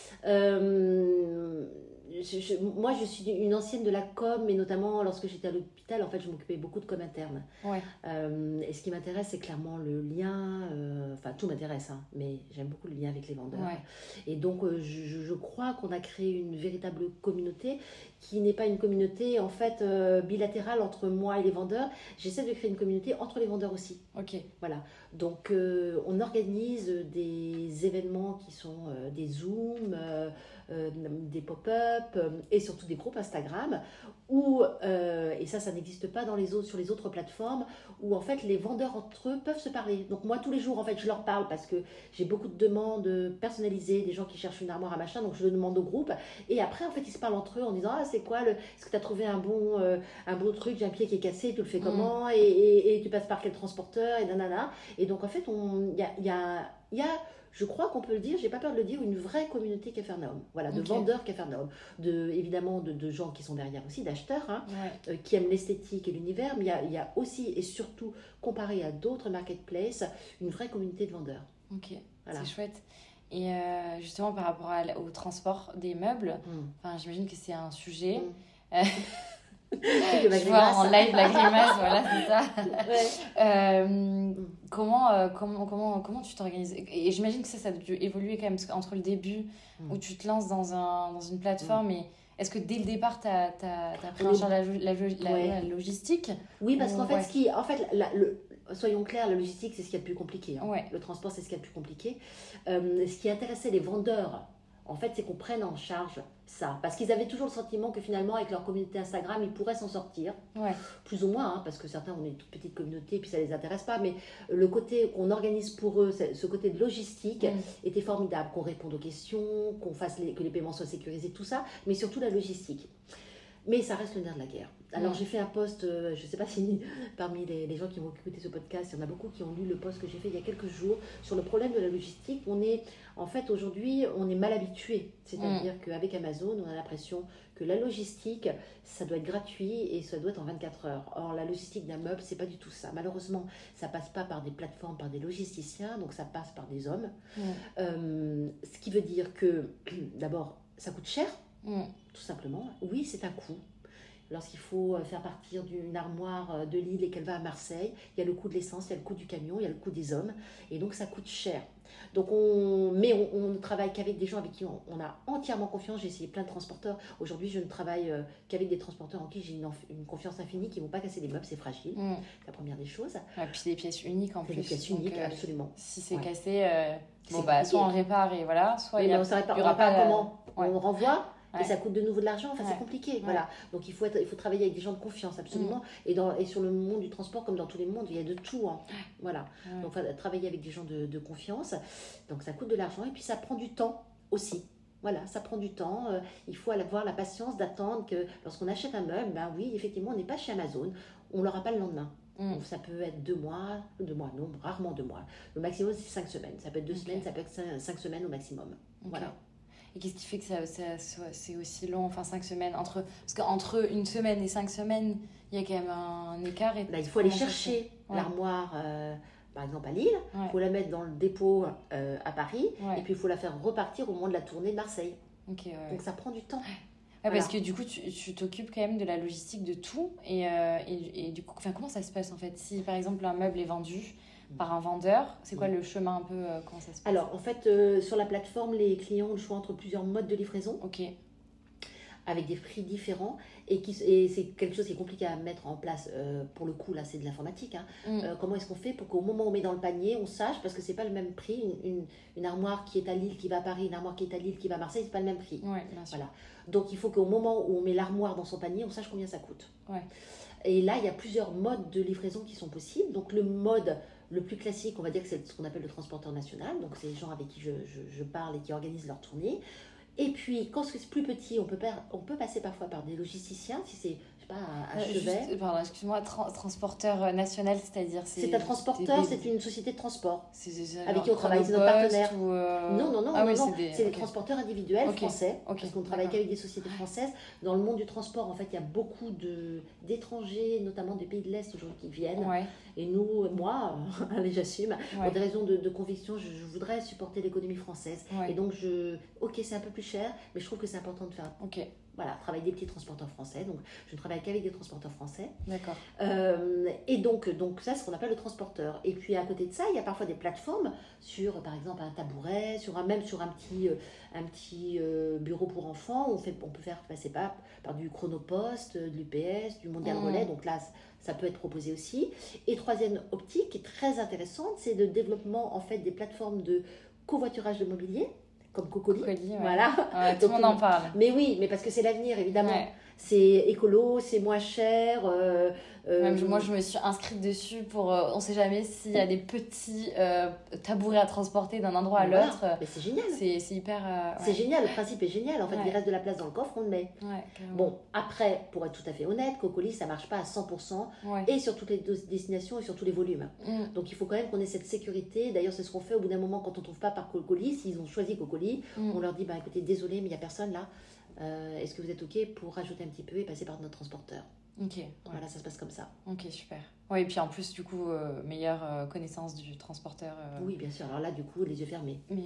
Moi, je suis une ancienne de la com, et notamment lorsque j'étais à l'hôpital, en fait, je m'occupais beaucoup de com interne. Ouais. Et ce qui m'intéresse, c'est clairement le lien. Enfin, tout m'intéresse, hein, mais j'aime beaucoup le lien avec les vendeurs. Ouais. Et donc, je crois qu'on a créé une véritable communauté qui n'est pas une communauté, en fait, bilatérale entre moi et les vendeurs. J'essaie de créer une communauté entre les vendeurs aussi. Ok. Voilà. Donc, on organise des événements qui sont des Zooms, des pop-up et surtout des groupes Instagram où, et ça n'existe pas sur les autres plateformes, où en fait les vendeurs entre eux peuvent se parler. Donc moi tous les jours en fait je leur parle parce que j'ai beaucoup de demandes personnalisées, des gens qui cherchent une armoire à machin, donc je le demande au groupe et après en fait ils se parlent entre eux en disant c'est quoi est-ce que tu as trouvé un bon truc, j'ai un pied qui est cassé, tu le fais comment et tu passes par quel transporteur et nanana. Et donc en fait il y a je crois qu'on peut le dire, j'ai pas peur de le dire, une vraie communauté Capharnaüm, voilà, de vendeurs Capharnaüm, évidemment de gens qui sont derrière aussi, d'acheteurs, hein, qui aiment l'esthétique et l'univers, mais il y a aussi et surtout, comparé à d'autres marketplaces, une vraie communauté de vendeurs. Ok, voilà. C'est chouette. Et justement par rapport au transport des meubles, j'imagine que c'est un sujet... Je vois en live la grimace, voilà, c'est ça. Ouais. Comment tu t'organises? Et j'imagine que ça a dû évoluer quand même, parce qu'entre le début où tu te lances dans une plateforme et est-ce que dès le départ, tu as pris en charge la logistique? Oui, parce qu'en fait, soyons clairs, la logistique, c'est ce qu'il y a de plus compliqué. Hein. Ouais. Le transport, c'est ce qu'il y a de plus compliqué. Ce qui intéressait les vendeurs, en fait, c'est qu'on prenne en charge ça. Parce qu'ils avaient toujours le sentiment que finalement, avec leur communauté Instagram, ils pourraient s'en sortir. Ouais. Plus ou moins, hein, parce que certains ont une toute petite communauté et puis ça ne les intéresse pas. Mais le côté qu'on organise pour eux, ce côté de logistique était formidable. Qu'on réponde aux questions, que les paiements soient sécurisés, tout ça. Mais surtout la logistique. Mais ça reste le nerf de la guerre. Alors j'ai fait un post, je ne sais pas si parmi les gens qui vont écouter ce podcast, il y en a beaucoup qui ont lu le post que j'ai fait il y a quelques jours sur le problème de la logistique. En fait, aujourd'hui, on est mal habitué. C'est-à-dire qu'avec Amazon, on a l'impression que la logistique, ça doit être gratuit et ça doit être en 24 heures. Or, la logistique d'un meuble, c'est pas du tout ça. Malheureusement, ça passe pas par des plateformes, par des logisticiens, donc ça passe par des hommes. Ce qui veut dire que, d'abord, ça coûte cher, tout simplement. Oui, c'est un coût. Lorsqu'il faut faire partir d'une armoire de Lille et qu'elle va à Marseille, il y a le coût de l'essence, il y a le coût du camion, il y a le coût des hommes. Et donc, ça coûte cher. Donc, on ne travaille qu'avec des gens avec qui on a entièrement confiance. J'ai essayé plein de transporteurs. Aujourd'hui, je ne travaille qu'avec des transporteurs en qui j'ai une confiance infinie, qui ne vont pas casser les meubles, c'est fragile. C'est la première des choses. Et puis des pièces uniques en plus. Des pièces uniques, absolument. Si c'est cassé, soit on répare et voilà, soit il y aura pas comment on renvoie. Et ça coûte de nouveau de l'argent, c'est compliqué. Voilà. Donc il faut travailler avec des gens de confiance, absolument. Et sur le monde du transport, comme dans tous les mondes, il y a de tout. Voilà. Donc travailler avec des gens de confiance. Donc ça coûte de l'argent et puis ça prend du temps aussi. Voilà, ça prend du temps. Il faut avoir la patience d'attendre que lorsqu'on achète un meuble, ben oui, effectivement, on n'est pas chez Amazon, on ne l'aura pas le lendemain. Donc ça peut être 2 mois, non, rarement 2 mois. Le maximum, c'est 5 semaines. Ça peut être 2 semaines, ça peut être 5 semaines au maximum. Voilà. Et qu'est-ce qui fait que c'est aussi long, enfin 5 semaines parce qu'entre 1 semaine et 5 semaines, il y a quand même un écart. Et il faut aller chercher l'armoire, par exemple à Lille, il faut la mettre dans le dépôt à Paris, et puis il faut la faire repartir au moment de la tournée de Marseille. Donc ça prend du temps. Parce que du coup, tu t'occupes quand même de la logistique de tout, et du coup, comment ça se passe en fait? Si par exemple un meuble est vendu par un vendeur, c'est quoi le chemin un peu, comment ça se passe? Alors en fait, sur la plateforme, les clients ont le choix entre plusieurs modes de livraison. Avec des prix différents et c'est quelque chose qui est compliqué à mettre en place. Pour le coup, là, c'est de l'informatique. Comment est-ce qu'on fait pour qu'au moment où on met dans le panier, on sache, parce que c'est pas le même prix, une armoire qui est à Lille qui va à Paris, une armoire qui est à Lille qui va à Marseille, c'est pas le même prix. Voilà. Donc il faut qu'au moment où on met l'armoire dans son panier, on sache combien ça coûte. Et là, il y a plusieurs modes de livraison qui sont possibles. Donc le mode le plus classique, on va dire que c'est ce qu'on appelle le transporteur national. Donc c'est les gens avec qui je parle et qui organisent leur tournée. Et puis, quand c'est plus petit, on peut passer parfois par des logisticiens, si c'est, je sais pas, à Chevet. Pardon, excuse-moi, transporteur national, c'est-à-dire... C'est un transporteur, c'est une société de transport avec qui on travaille, c'est notre partenaire. Non, c'est des transporteurs individuels français, parce qu'on travaille qu'avec des sociétés françaises. Dans le monde du transport, en fait, il y a beaucoup d'étrangers, notamment des pays de l'Est aujourd'hui, qui viennent. Et moi, allez, j'assume, pour des raisons de conviction, je voudrais supporter l'économie française. Et donc, c'est un peu plus cher, mais je trouve que c'est important de faire. Voilà, travailler des petits transporteurs français. Donc, je ne travaille qu'avec des transporteurs français. D'accord. Et donc ça, c'est ce qu'on appelle le transporteur. Et puis, à côté de ça, il y a parfois des plateformes sur, par exemple, un tabouret, même sur un petit bureau pour enfants. On peut faire passer par du Chronopost, de l'UPS, du Mondial Relais. Donc là, ça peut être proposé aussi. Et troisième optique, qui est très intéressante, c'est le développement, en fait, des plateformes de covoiturage de mobilier, comme Cocoli. Voilà. Tout le monde en parle. Mais oui, mais parce que c'est l'avenir, évidemment. C'est écolo, c'est moins cher. Même moi, je me suis inscrite dessus pour... on ne sait jamais s'il y a des petits tabourets à transporter d'un endroit à l'autre. Mais c'est génial. C'est hyper... C'est génial, le principe est génial. En fait, il reste de la place dans le coffre, on le met. Bon, après, pour être tout à fait honnête, Cocoli, ça ne marche pas à 100% et sur toutes les destinations et sur tous les volumes. Donc, il faut quand même qu'on ait cette sécurité. D'ailleurs, c'est ce qu'on fait au bout d'un moment quand on ne trouve pas par Cocoli. S'ils ont choisi Cocoli, on leur dit, écoutez, désolé, mais il n'y a personne là. Est-ce que vous êtes OK pour rajouter un petit peu et passer par notre transporteur? Voilà, ça se passe comme ça. Super. Et puis en plus, du coup, meilleure connaissance du transporteur. Oui, bien sûr. Alors là, du coup, les yeux fermés. Mais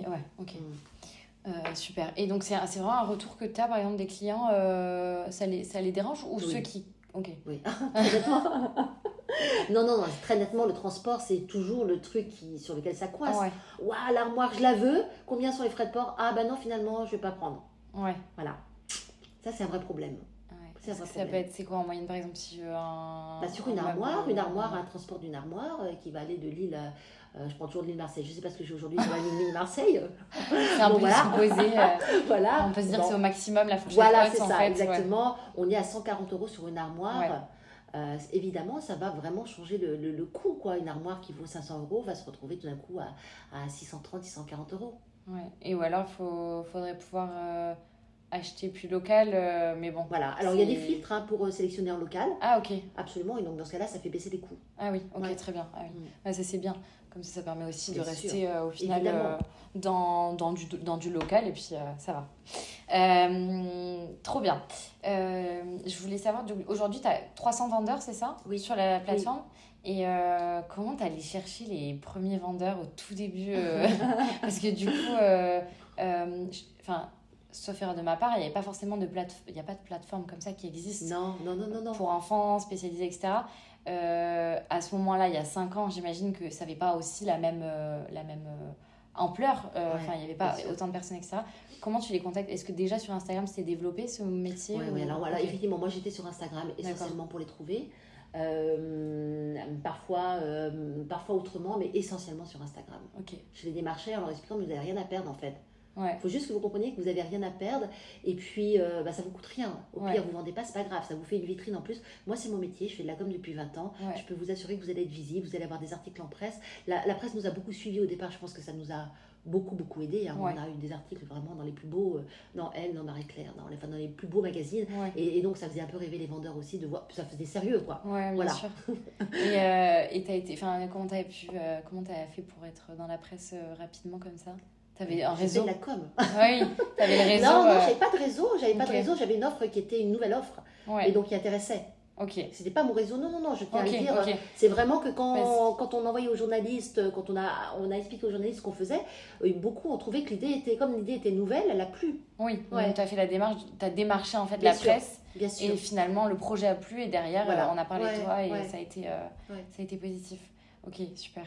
super. Et donc, c'est vraiment un retour que tu as, par exemple, des clients, ça les dérange ou ceux qui... Oui, très nettement. Non, très nettement, le transport, c'est toujours le truc sur lequel ça coince. Waouh, l'armoire, je la veux. Combien sont les frais de port? Ah, non, finalement, je ne vais pas prendre. Voilà. Ça, c'est un vrai problème. Ça peut être, c'est quoi en moyenne, par exemple, si je veux sur une armoire, un transport d'une armoire qui va aller de Lille à... je prends toujours de Lille-Marseille. Je ne sais pas ce que j'ai aujourd'hui sur la ligne Lille-Marseille. C'est un peu supposé. On peut se dire que c'est au maximum la fourchette haute, c'est ça, fait. Exactement. On est à 140 € sur une armoire. Évidemment, ça va vraiment changer le coût. Une armoire qui vaut 500 € va se retrouver tout d'un coup à 630, 640 €. Et ou alors, il faudrait pouvoir... acheter plus local, mais bon. Voilà, alors il y a des filtres pour sélectionner en local. Ah, ok. Absolument, et donc dans ce cas-là, ça fait baisser les coûts. Ah oui, ok, très bien. Ah, oui. Ouais, ça c'est bien. Comme ça permet aussi de rester au final dans du local, et puis ça va. Trop bien. Je voulais savoir, aujourd'hui tu as 300 vendeurs, c'est ça? Oui. Sur la plateforme. Et comment tu allé chercher les premiers vendeurs au tout début parce que du coup, sauf erreur de ma part, il n'y a pas forcément de plateforme comme ça qui existe. Non. Pour enfants spécialisés, etc. À ce moment-là, il y a 5 ans, j'imagine que ça n'avait pas aussi la même ampleur. Il n'y avait pas autant de personnes, etc. Comment tu les contactes? Est-ce que déjà sur Instagram, c'était développé ce métier? Oui, alors voilà, effectivement, moi j'étais sur Instagram essentiellement pour les trouver. Parfois autrement, mais essentiellement sur Instagram. Je les démarchais en leur expliquant que vous n'avez rien à perdre en fait. Il faut juste que vous compreniez que vous n'avez rien à perdre et puis ça vous coûte rien. Au pire, vous ne vendez pas, c'est pas grave, ça vous fait une vitrine en plus. Moi, c'est mon métier, je fais de la com depuis 20 ans. Je peux vous assurer que vous allez être visible, vous allez avoir des articles en presse. La presse nous a beaucoup suivis au départ, je pense que ça nous a beaucoup aidé. On a eu des articles vraiment dans les plus beaux, dans Elle, dans Marie-Claire, dans les plus beaux magazines. Et donc, ça faisait un peu rêver les vendeurs aussi de voir, ça faisait sérieux quoi. Bien sûr. Et t'as été, comment t'as fait pour être dans la presse rapidement comme ça? T'avais un réseau? J'avais de la com. Oui, t'avais le réseau. Non, j'avais pas de réseau. J'avais une offre qui était une nouvelle offre. Et donc, qui intéressait. C'était pas mon réseau. Non, je tiens à le dire. C'est vraiment que quand on envoyait aux journalistes, quand on a expliqué aux journalistes ce qu'on faisait, beaucoup ont trouvé que l'idée était nouvelle, elle a plu. Oui, tu as fait la démarche, tu as démarché en fait la presse. Bien sûr. Et finalement, le projet a plu et derrière, on a parlé de toi et ça a été positif. Ok, super.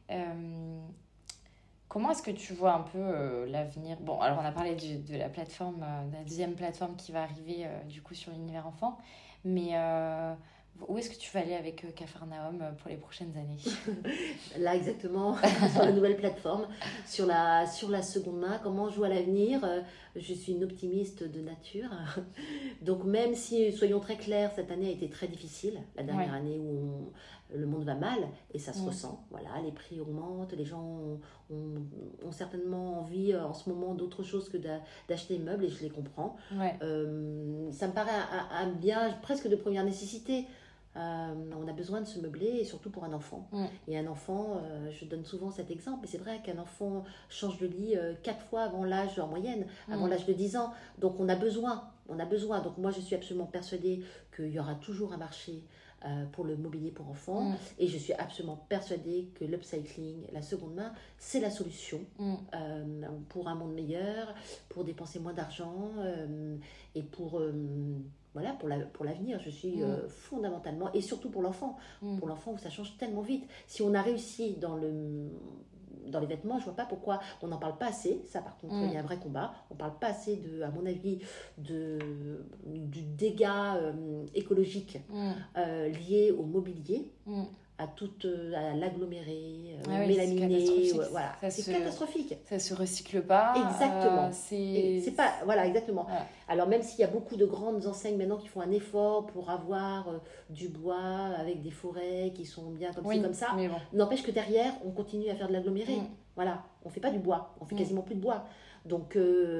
Comment est-ce que tu vois un peu l'avenir? Bon, alors on a parlé de la plateforme, de la deuxième plateforme qui va arriver du coup sur l'univers enfant, mais où est-ce que tu vas aller avec Capharnaüm pour les prochaines années? Là, exactement, sur la nouvelle plateforme, sur la seconde main. Comment je vois l'avenir? Je suis une optimiste de nature. Donc même si, soyons très clairs, cette année a été très difficile, la dernière année où le monde va mal, et ça se ressent. Voilà, les prix augmentent, les gens ont certainement envie en ce moment d'autre chose que d'acheter des meubles, et je les comprends. Ça me paraît un bien presque de première nécessité. On a besoin de se meubler, et surtout pour un enfant. Et un enfant, je donne souvent cet exemple, mais c'est vrai qu'un enfant change de lit 4 fois avant l'âge, en moyenne, avant l'âge de 10 ans. Donc on a besoin. Donc moi je suis absolument persuadée qu'il y aura toujours un marché pour le mobilier pour enfants, et je suis absolument persuadée que l'upcycling, la seconde main, c'est la solution pour un monde meilleur, pour dépenser moins d'argent et pour l'avenir. Je suis fondamentalement, et surtout pour l'enfant, pour l'enfant où ça change tellement vite. Si on a réussi dans les vêtements, je vois pas pourquoi on n'en parle pas assez. Ça, par contre, il y a un vrai combat. On parle pas assez, à mon avis, du dégât écologique lié au mobilier, à l'aggloméré, mélaminé. Voilà. C'est catastrophique. Ça se recycle pas. Exactement. C'est pas, voilà, exactement. Voilà. Alors même s'il y a beaucoup de grandes enseignes maintenant qui font un effort pour avoir du bois avec des forêts qui sont bien comme ça, n'empêche que derrière on continue à faire de l'aggloméré. Voilà, on fait pas du bois, on fait quasiment plus de bois. Donc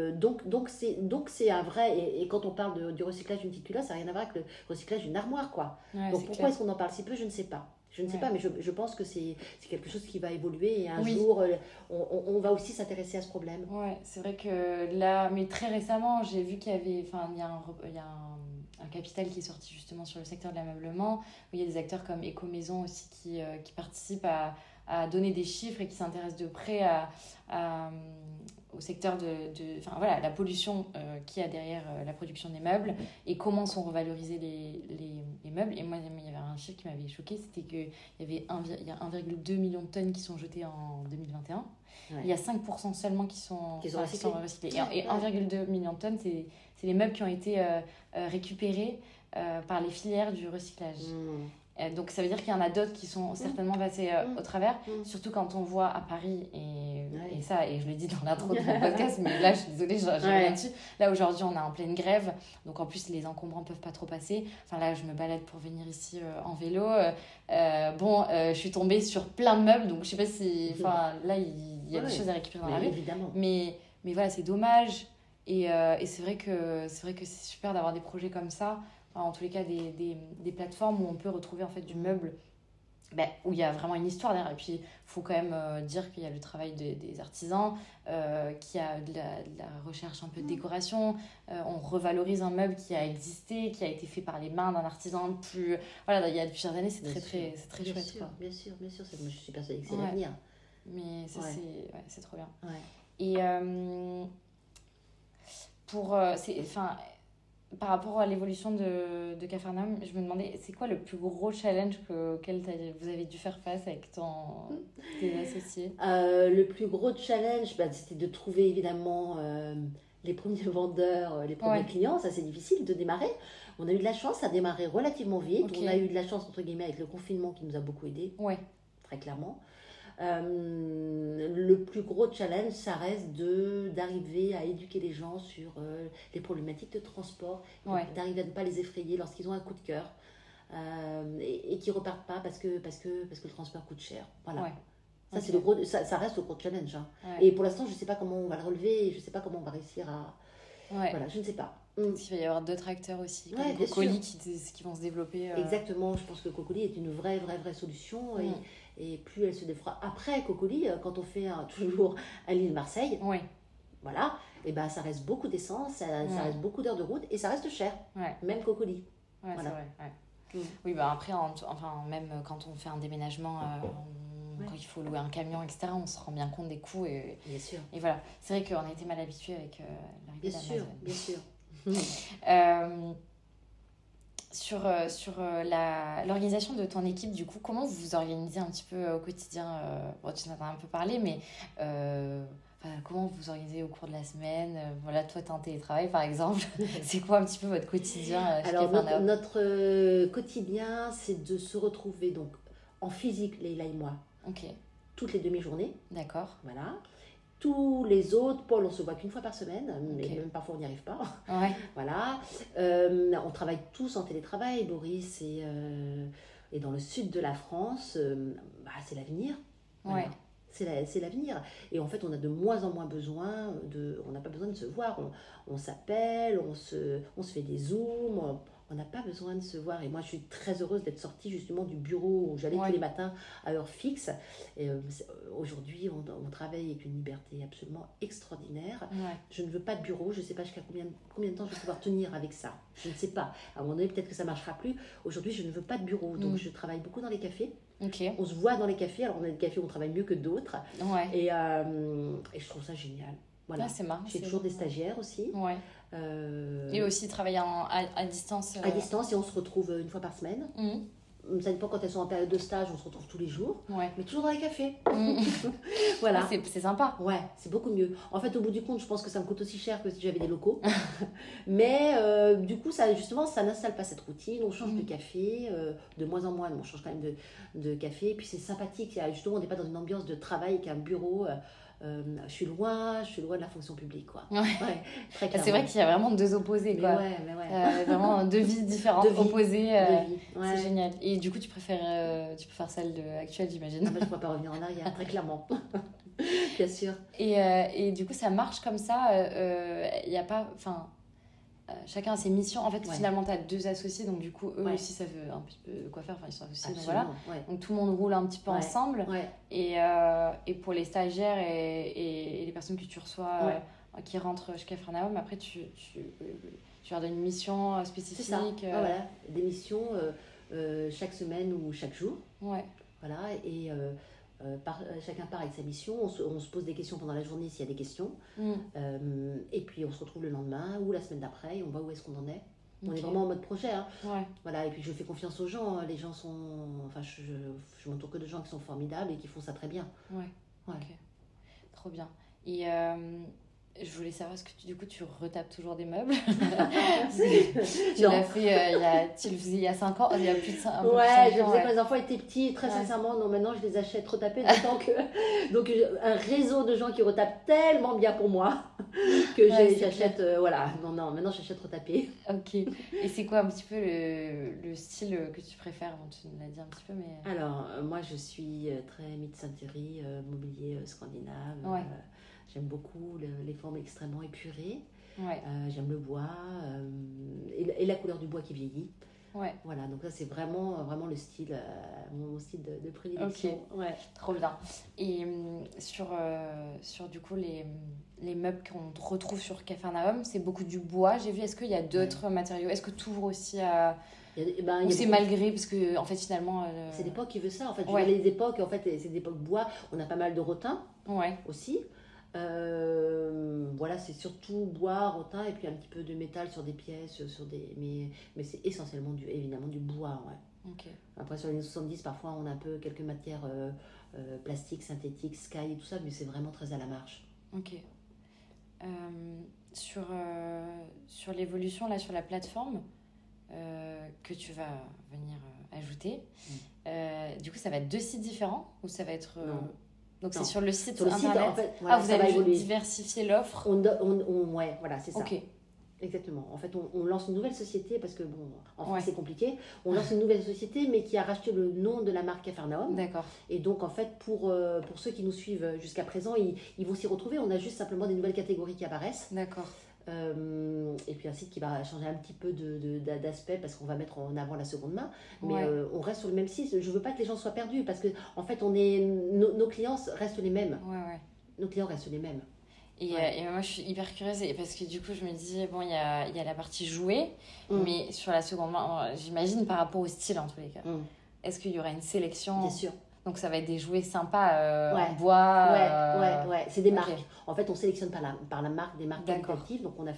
c'est un vrai, et quand on parle du recyclage d'une petite culotte, ça n'a rien à voir avec le recyclage d'une armoire, quoi. Donc pourquoi est-ce qu'on en parle si peu? Je ne sais pas. Je ne sais pas, mais je pense que c'est quelque chose qui va évoluer, et un jour, on va aussi s'intéresser à ce problème. Ouais, c'est vrai que là, mais très récemment, j'ai vu qu'il y avait, il y a un capital qui est sorti justement sur le secteur de l'ameublement, où il y a des acteurs comme Ecomaison aussi qui participent à donner des chiffres et qui s'intéressent de près au secteur la pollution qu'il y a derrière la production des meubles et comment sont revalorisés les meubles. Et moi, il y avait un chiffre qui m'avait choqué, c'était qu'il y avait 1,2 million de tonnes qui sont jetées en 2021. Il y a 5% seulement qui sont recyclés. Et 1,2 million de tonnes, c'est les meubles qui ont été récupérés par les filières du recyclage. Donc ça veut dire qu'il y en a d'autres qui sont certainement passés au travers, surtout quand on voit à Paris, et ça, et je le dis dans l'intro de mon podcast, mais là je suis désolée, je reviens dessus. Là aujourd'hui on est en pleine grève, donc en plus les encombrants ne peuvent pas trop passer. Enfin là je me balade pour venir ici en vélo, je suis tombée sur plein de meubles, donc je sais pas si, là il y a des choses à récupérer dans la rue, évidemment. Mais voilà, c'est dommage Et c'est vrai que c'est super d'avoir des projets comme ça, enfin, en tous les cas des plateformes où on peut retrouver en fait du meuble où il y a vraiment une histoire derrière. Et puis, il faut quand même dire qu'il y a le travail des artisans, qu'il y a de la recherche un peu de décoration. On revalorise un meuble qui a existé, qui a été fait par les mains d'un artisan plus... Voilà, il y a plusieurs années, c'est très chouette. Sûr, bien sûr. Moi, je suis persuadée que c'est l'avenir. Mais ça, c'est trop bien. Ouais. Et par rapport à l'évolution de Capharnaüm, je me demandais, c'est quoi le plus gros challenge auquel vous avez dû faire face avec tes associés? Le plus gros challenge, c'était de trouver évidemment les premiers vendeurs, les premiers clients. Ça, c'est difficile de démarrer. On a eu de la chance, ça a démarré relativement vite. On a eu de la chance, entre guillemets, avec le confinement qui nous a beaucoup aidés, très clairement. Le plus gros challenge, ça reste d'arriver à éduquer les gens sur les problématiques de transport, d'arriver à ne pas les effrayer lorsqu'ils ont un coup de cœur et qu'ils ne repartent pas parce que le transport coûte cher. Voilà. Ça, c'est ça reste le gros challenge. Hein. Et pour l'instant, je ne sais pas comment on va le relever, je ne sais pas comment on va réussir à... Voilà, je ne sais pas. Il va y avoir d'autres acteurs aussi, comme Cocoli qui vont se développer. Exactement, je pense que Cocoli est une vraie solution. Et plus elle se défera. Après, Cocoli, quand on fait toujours à Lille-Marseille, voilà, et ça reste beaucoup d'essence, ça reste beaucoup d'heures de route et ça reste cher, même Cocoli. Voilà. C'est vrai. Oui, après, même quand on fait un déménagement, quand il faut louer un camion, etc., on se rend bien compte des coûts. Bien sûr. Et voilà, c'est vrai qu'on a été mal habitués avec l'arrivée d'Amazon. Bien sûr. Sur l'organisation de ton équipe, du coup, comment vous vous organisez un petit peu au quotidien? Tu en as un peu parlé, mais comment vous vous organisez au cours de la semaine? Voilà, toi, tu es en télétravail, par exemple. C'est quoi un petit peu votre quotidien? Alors, notre quotidien, c'est de se retrouver donc, en physique, Leïla et moi, toutes les demi-journées. D'accord. Voilà. Tous les autres, Paul, on se voit qu'une fois par semaine, mais même parfois on n'y arrive pas. Voilà. On travaille tous en télétravail. Boris est dans le sud de la France. C'est l'avenir. Voilà. C'est l'avenir. Et en fait, on a de moins en moins besoin on n'a pas besoin de se voir. On s'appelle, on se fait des zooms. On n'a pas besoin de se voir. Et moi, je suis très heureuse d'être sortie justement du bureau où j'allais tous les matins à heure fixe. Et, aujourd'hui, on travaille avec une liberté absolument extraordinaire. Je ne veux pas de bureau. Je ne sais pas jusqu'à combien de temps je vais pouvoir tenir avec ça. Je ne sais pas. À un moment donné, peut-être que ça ne marchera plus. Aujourd'hui, je ne veux pas de bureau. Donc, je travaille beaucoup dans les cafés. On se voit dans les cafés. Alors, on a des cafés où on travaille mieux que d'autres. Et je trouve ça génial. Voilà. C'est marrant. J'ai toujours des stagiaires aussi. Et aussi travailler à distance. À distance, et on se retrouve une fois par semaine. Ça dépend quand elles sont en période de stage, on se retrouve tous les jours. Mais toujours dans les cafés. Voilà. C'est sympa. Ouais, c'est beaucoup mieux. En fait, au bout du compte, je pense que ça me coûte aussi cher que si j'avais des locaux. Mais du coup, ça n'installe pas cette routine. On change de café, de moins en moins, mais on change quand même de café. Et puis c'est sympathique. Justement, on n'est pas dans une ambiance de travail avec un bureau. Je suis loin de la fonction publique, quoi. Très clairement. C'est vrai qu'il y a vraiment deux opposés, quoi. Mais vraiment deux vies différentes, opposées. C'est génial. Et du coup, tu préfères celle actuelle, j'imagine. Je ne pourrais pas revenir en arrière, très clairement. Bien sûr. Et du coup, ça marche comme ça. Il n'y a pas... chacun a ses missions. En fait, finalement, tu as deux associés, donc du coup, eux aussi, ça veut un petit peu quoi faire. Ils sont associés, donc voilà. Donc tout le monde roule un petit peu ensemble. Et pour les stagiaires et les personnes que tu reçois qui rentrent chez Capharnaüm, après, tu leur donnes une mission spécifique. C'est ça. Voilà. Des missions chaque semaine ou chaque jour. Voilà. Et... chacun part avec sa mission, on se pose des questions pendant la journée s'il y a des questions, et puis on se retrouve le lendemain ou la semaine d'après et on voit où est-ce qu'on en est. On est vraiment en mode projet, hein. Voilà, et puis je fais confiance aux gens, les gens sont, je m'entoure que de gens qui sont formidables et qui font ça très bien. Trop bien. Et je voulais savoir, est-ce que tu retapes toujours des meubles? Tu l'as fait, tu le faisais il y a 5 ans, il y a plus de 5 ans. Je le faisais quand les enfants étaient petits, très sincèrement. Non, maintenant je les achète retapés, d'autant que donc un réseau de gens qui retapent tellement bien pour moi que j'achète, non, maintenant j'achète retapés. Ok. Et c'est quoi un petit peu le style que tu préfères? Bon, tu nous l'as dit un petit peu, mais... Alors, moi je suis très mid-century, mobilier scandinave. J'aime beaucoup les formes extrêmement épurées. Ouais. J'aime le bois et la couleur du bois qui vieillit. Ouais. Voilà, donc ça c'est vraiment le style, mon style de prédilection. Ok, ouais, trop bien. Et sur du coup les meubles qu'on retrouve sur Capharnaüm, c'est beaucoup du bois, j'ai vu. Est-ce qu'il y a d'autres matériaux? Est-ce que tu ouvres aussi à... Ou c'est malgré, parce que en fait finalement... C'est l'époque qui veut ça, en fait. Ouais. Les époques, en fait, c'est des époques bois. On a pas mal de rotin aussi. Voilà, c'est surtout bois, rotin et puis un petit peu de métal sur des pièces, mais c'est essentiellement évidemment du bois. Ouais. Okay. Après, sur les années 70, parfois, on a un peu quelques matières plastiques, synthétiques, sky et tout ça, mais c'est vraiment très à la marge. Ok. Sur l'évolution, là, sur la plateforme que tu vas venir ajouter, du coup, ça va être 2 sites différents ou ça va être... Donc c'est sur le site internet. En fait, voilà, vous allez diversifier l'offre. Ouais, voilà, c'est ça. Ok. Exactement. En fait, on lance une nouvelle société parce que bon, en France c'est compliqué. On lance une nouvelle société, mais qui a racheté le nom de la marque Capharnaüm. D'accord. Et donc en fait, pour ceux qui nous suivent jusqu'à présent, ils vont s'y retrouver. On a juste simplement des nouvelles catégories qui apparaissent. D'accord. Et puis un site qui va changer un petit peu d'aspect parce qu'on va mettre en avant la seconde main, mais on reste sur le même site. Je veux pas que les gens soient perdus parce que en fait nos clients restent les mêmes. Nos clients restent les mêmes. Et moi je suis hyper curieuse parce que du coup je me dis bon il y a la partie jouets, mais sur la seconde main j'imagine par rapport au style en tous les cas. Est-ce qu'il y aura une sélection? Bien sûr. Donc ça va être des jouets sympas en bois. Ouais. C'est des marques. En fait, on sélectionne par la marque des marques qualitatives. Donc on a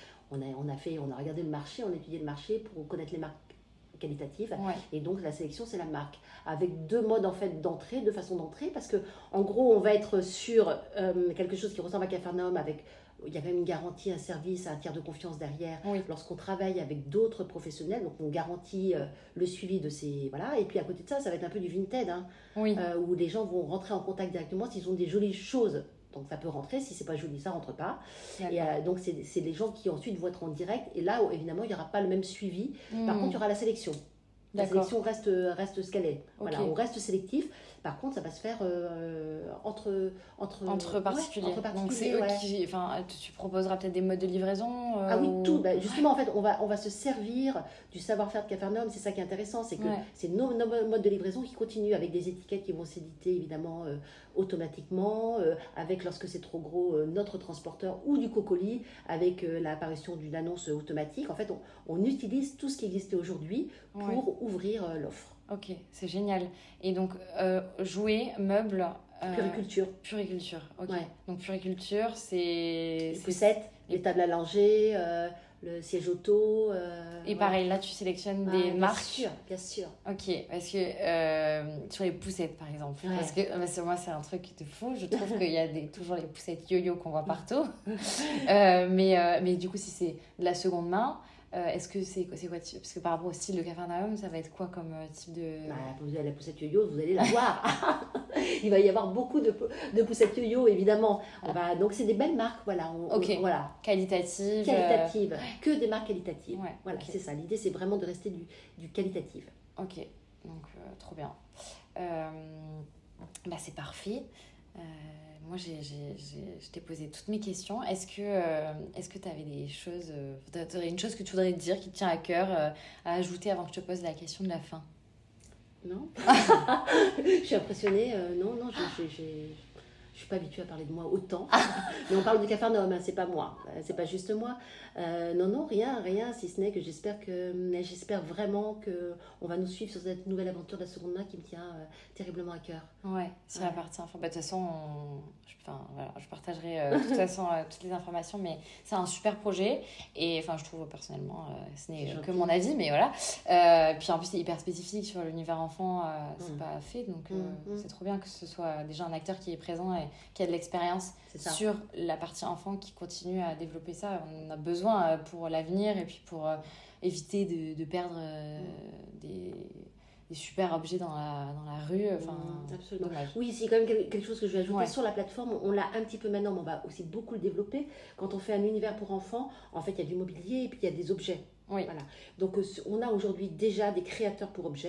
regardé le marché, on a étudié le marché pour connaître les marques qualitatives. Et donc la sélection c'est la marque avec 2 modes en fait d'entrée, 2 façons d'entrée parce que en gros on va être sur quelque chose qui ressemble à Capharnaüm avec il y a quand même une garantie, un service, un tiers de confiance derrière. Lorsqu'on travaille avec d'autres professionnels, donc on garantit le suivi de ces... Voilà. Et puis à côté de ça, ça va être un peu du Vinted, où les gens vont rentrer en contact directement s'ils ont des jolies choses. Donc ça peut rentrer, si c'est pas joli, ça rentre pas. Et donc c'est les gens qui ensuite vont être en direct. Et là, évidemment, il n'y aura pas le même suivi. Par contre, il y aura la sélection. La sélection reste ce qu'elle est. Voilà, on reste sélectif. Par contre, ça va se faire entre particuliers. Entre particuliers. Donc c'est eux qui... Enfin, tu proposeras peut-être des modes de livraison oui, tout. Justement, en fait, on va se servir du savoir-faire de Capharnaüm. C'est ça qui est intéressant. C'est que c'est nos modes de livraison qui continuent avec des étiquettes qui vont s'éditer, évidemment, automatiquement. Avec, lorsque c'est trop gros, notre transporteur ou du cocolis, avec l'apparition d'une annonce automatique. En fait, on utilise tout ce qui existait aujourd'hui pour ouvrir l'offre. Ok, c'est génial. Et donc, jouets, meubles... Puriculture, ok. Donc, puriculture, c'est... Les poussettes, les tables à langer, le siège auto... Et pareil, là, tu sélectionnes des marques. Bien sûr. Ok, parce que sur les poussettes, par exemple. Parce que moi, c'est un truc de fou. Je trouve qu'il y a toujours les poussettes yo-yo qu'on voit partout. Mais du coup, si c'est de la seconde main... est-ce que c'est quoi parce que par rapport au style de Capharnaüm, ça va être quoi comme type de... La poussette yo-yo, vous allez la voir. Il va y avoir beaucoup de poussettes yo-yo, évidemment. Donc c'est des belles marques, voilà. Voilà. Qualitatives. Que des marques qualitatives. Voilà, c'est ça. L'idée, c'est vraiment de rester du qualitatif. Ok, donc trop bien. C'est parfait. Moi, je t'ai posé toutes mes questions. Est-ce que tu avais des choses... tu aurais une chose que tu voudrais te dire qui te tient à cœur à ajouter avant que je te pose la question de la fin? Non. Je suis impressionnée. Non, je suis pas habituée à parler de moi autant. Mais on parle de Capharnaüm, c'est pas moi. C'est pas juste moi. Non, rien, si ce n'est que j'espère vraiment qu'on va nous suivre sur cette nouvelle aventure de la seconde main qui me tient terriblement à cœur. Sur la partie info. De toute façon, je partagerai de toute façon toutes les informations, mais c'est un super projet. Et je trouve personnellement, ce n'est que mon avis, mais voilà. Puis en plus, c'est hyper spécifique sur l'univers enfant, c'est pas fait. Donc c'est trop bien que ce soit déjà un acteur qui est présent et qui a de l'expérience sur la partie enfant qui continue à développer ça. On en a besoin pour l'avenir et puis pour éviter de perdre des super objets dans la rue. Absolument. Dommage. Oui, c'est quand même quelque chose que je vais ajouter sur la plateforme. On l'a un petit peu maintenant, mais on va aussi beaucoup le développer. Quand on fait un univers pour enfants, en fait, il y a du mobilier et puis il y a des objets. Voilà. Donc, on a aujourd'hui déjà des créateurs pour objets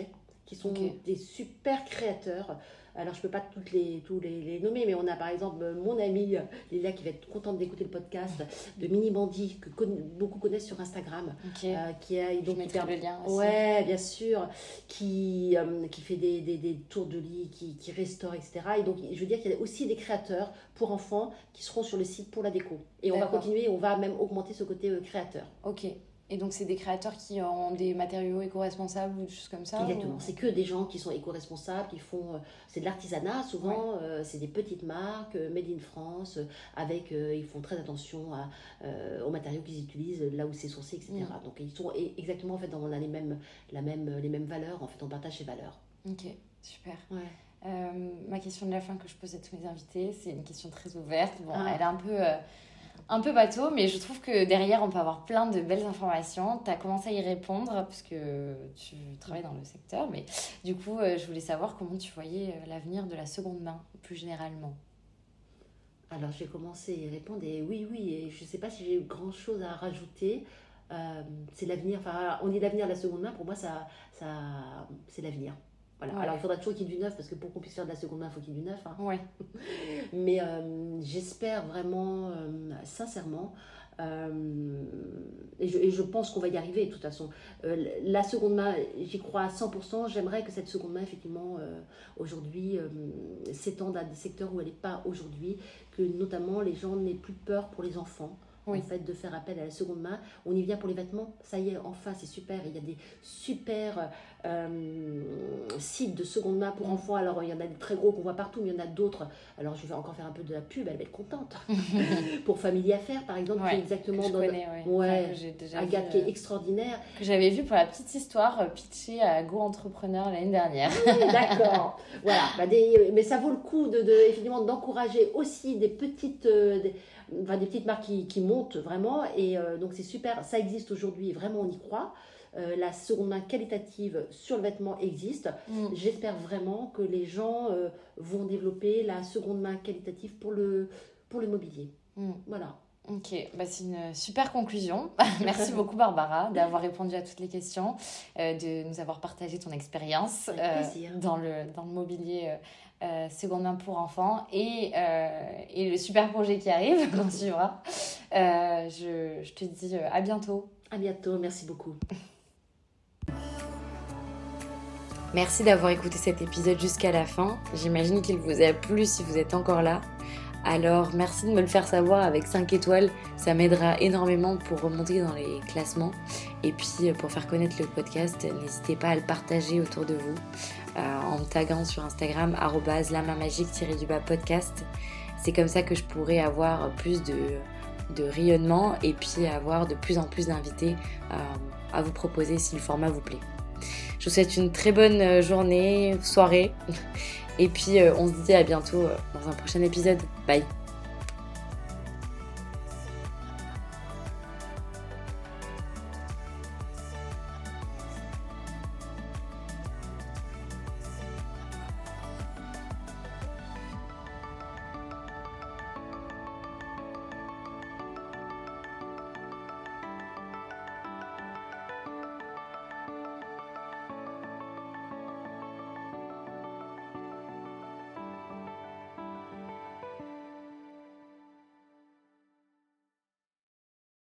qui sont des super créateurs. Alors, je ne peux pas tous les nommer, mais on a par exemple mon amie Lélia qui va être contente d'écouter le podcast de Mini Bandit, que beaucoup connaissent sur Instagram. Qui a, donc, je mettrai le lien aussi. Ouais, bien sûr. Qui fait des tours de lit, qui restaure, etc. Et donc, je veux dire qu'il y a aussi des créateurs pour enfants qui seront sur le site pour la déco. Et on va continuer, on va même augmenter ce côté créateur. Ok. Et donc, c'est des créateurs qui ont des matériaux éco-responsables ou des choses comme ça? Exactement. C'est que des gens qui sont éco-responsables, qui font... c'est de l'artisanat, souvent. C'est des petites marques, made in France, avec... ils font très attention aux matériaux qu'ils utilisent, là où c'est sourcé, etc. Donc, ils sont exactement, en fait, on a les mêmes valeurs. En fait, on partage ces valeurs. Ok, super. Ouais. Ma question de la fin que je pose à tous mes invités, c'est une question très ouverte. Bon, elle est un peu bateau, mais je trouve que derrière, on peut avoir plein de belles informations. Tu as commencé à y répondre parce que tu travailles dans le secteur, mais du coup, je voulais savoir comment tu voyais l'avenir de la seconde main, plus généralement. Alors, j'ai commencé à y répondre et oui, et je ne sais pas si j'ai grand-chose à rajouter. C'est l'avenir, enfin, on dit l'avenir de la seconde main, pour moi, ça c'est l'avenir. Voilà. Ouais. Alors, il faudra toujours qu'il y ait du neuf, parce que pour qu'on puisse faire de la seconde main, il faut qu'il y ait du neuf. Hein. Ouais. Mais j'espère vraiment, sincèrement, et je pense qu'on va y arriver de toute façon. La seconde main, j'y crois à 100%. J'aimerais que cette seconde main, effectivement, aujourd'hui, s'étende à des secteurs où elle n'est pas aujourd'hui, que notamment les gens n'aient plus peur pour les enfants. En fait, de faire appel à la seconde main. On y vient pour les vêtements, ça y est, enfin, c'est super. Il y a des super sites de seconde main pour enfants. Alors, il y en a des très gros qu'on voit partout, mais il y en a d'autres. Alors, je vais encore faire un peu de la pub, elle va être contente. Pour Family Affaires, par exemple, qui est exactement que je connais, que j'ai déjà Agathe, qui est extraordinaire. Que j'avais vu pour la petite histoire pitchée à Go Entrepreneur l'année dernière. D'accord. Voilà. Mais ça vaut le coup effectivement, d'encourager aussi des petites... des petites marques qui montent vraiment et donc c'est super, ça existe aujourd'hui, vraiment on y croit. La seconde main qualitative sur le vêtement existe. J'espère vraiment que les gens vont développer la seconde main qualitative pour le mobilier. Voilà. Ok, c'est une super conclusion. Merci beaucoup Barbara d'avoir répondu à toutes les questions, de nous avoir partagé ton expérience dans le mobilier seconde main pour enfants et le super projet qui arrive qu'on suivra. Je te dis à bientôt. À bientôt, merci beaucoup. Merci d'avoir écouté cet épisode jusqu'à la fin. J'imagine qu'il vous a plu si vous êtes encore là. Alors merci de me le faire savoir avec 5 étoiles, ça m'aidera énormément pour remonter dans les classements. Et puis pour faire connaître le podcast, n'hésitez pas à le partager autour de vous en me taguant sur Instagram @lamainmagique_podcast. C'est comme ça que je pourrai avoir plus de rayonnement et puis avoir de plus en plus d'invités à vous proposer si le format vous plaît. Je vous souhaite une très bonne journée, soirée. Et puis, on se dit à bientôt dans un prochain épisode. Bye!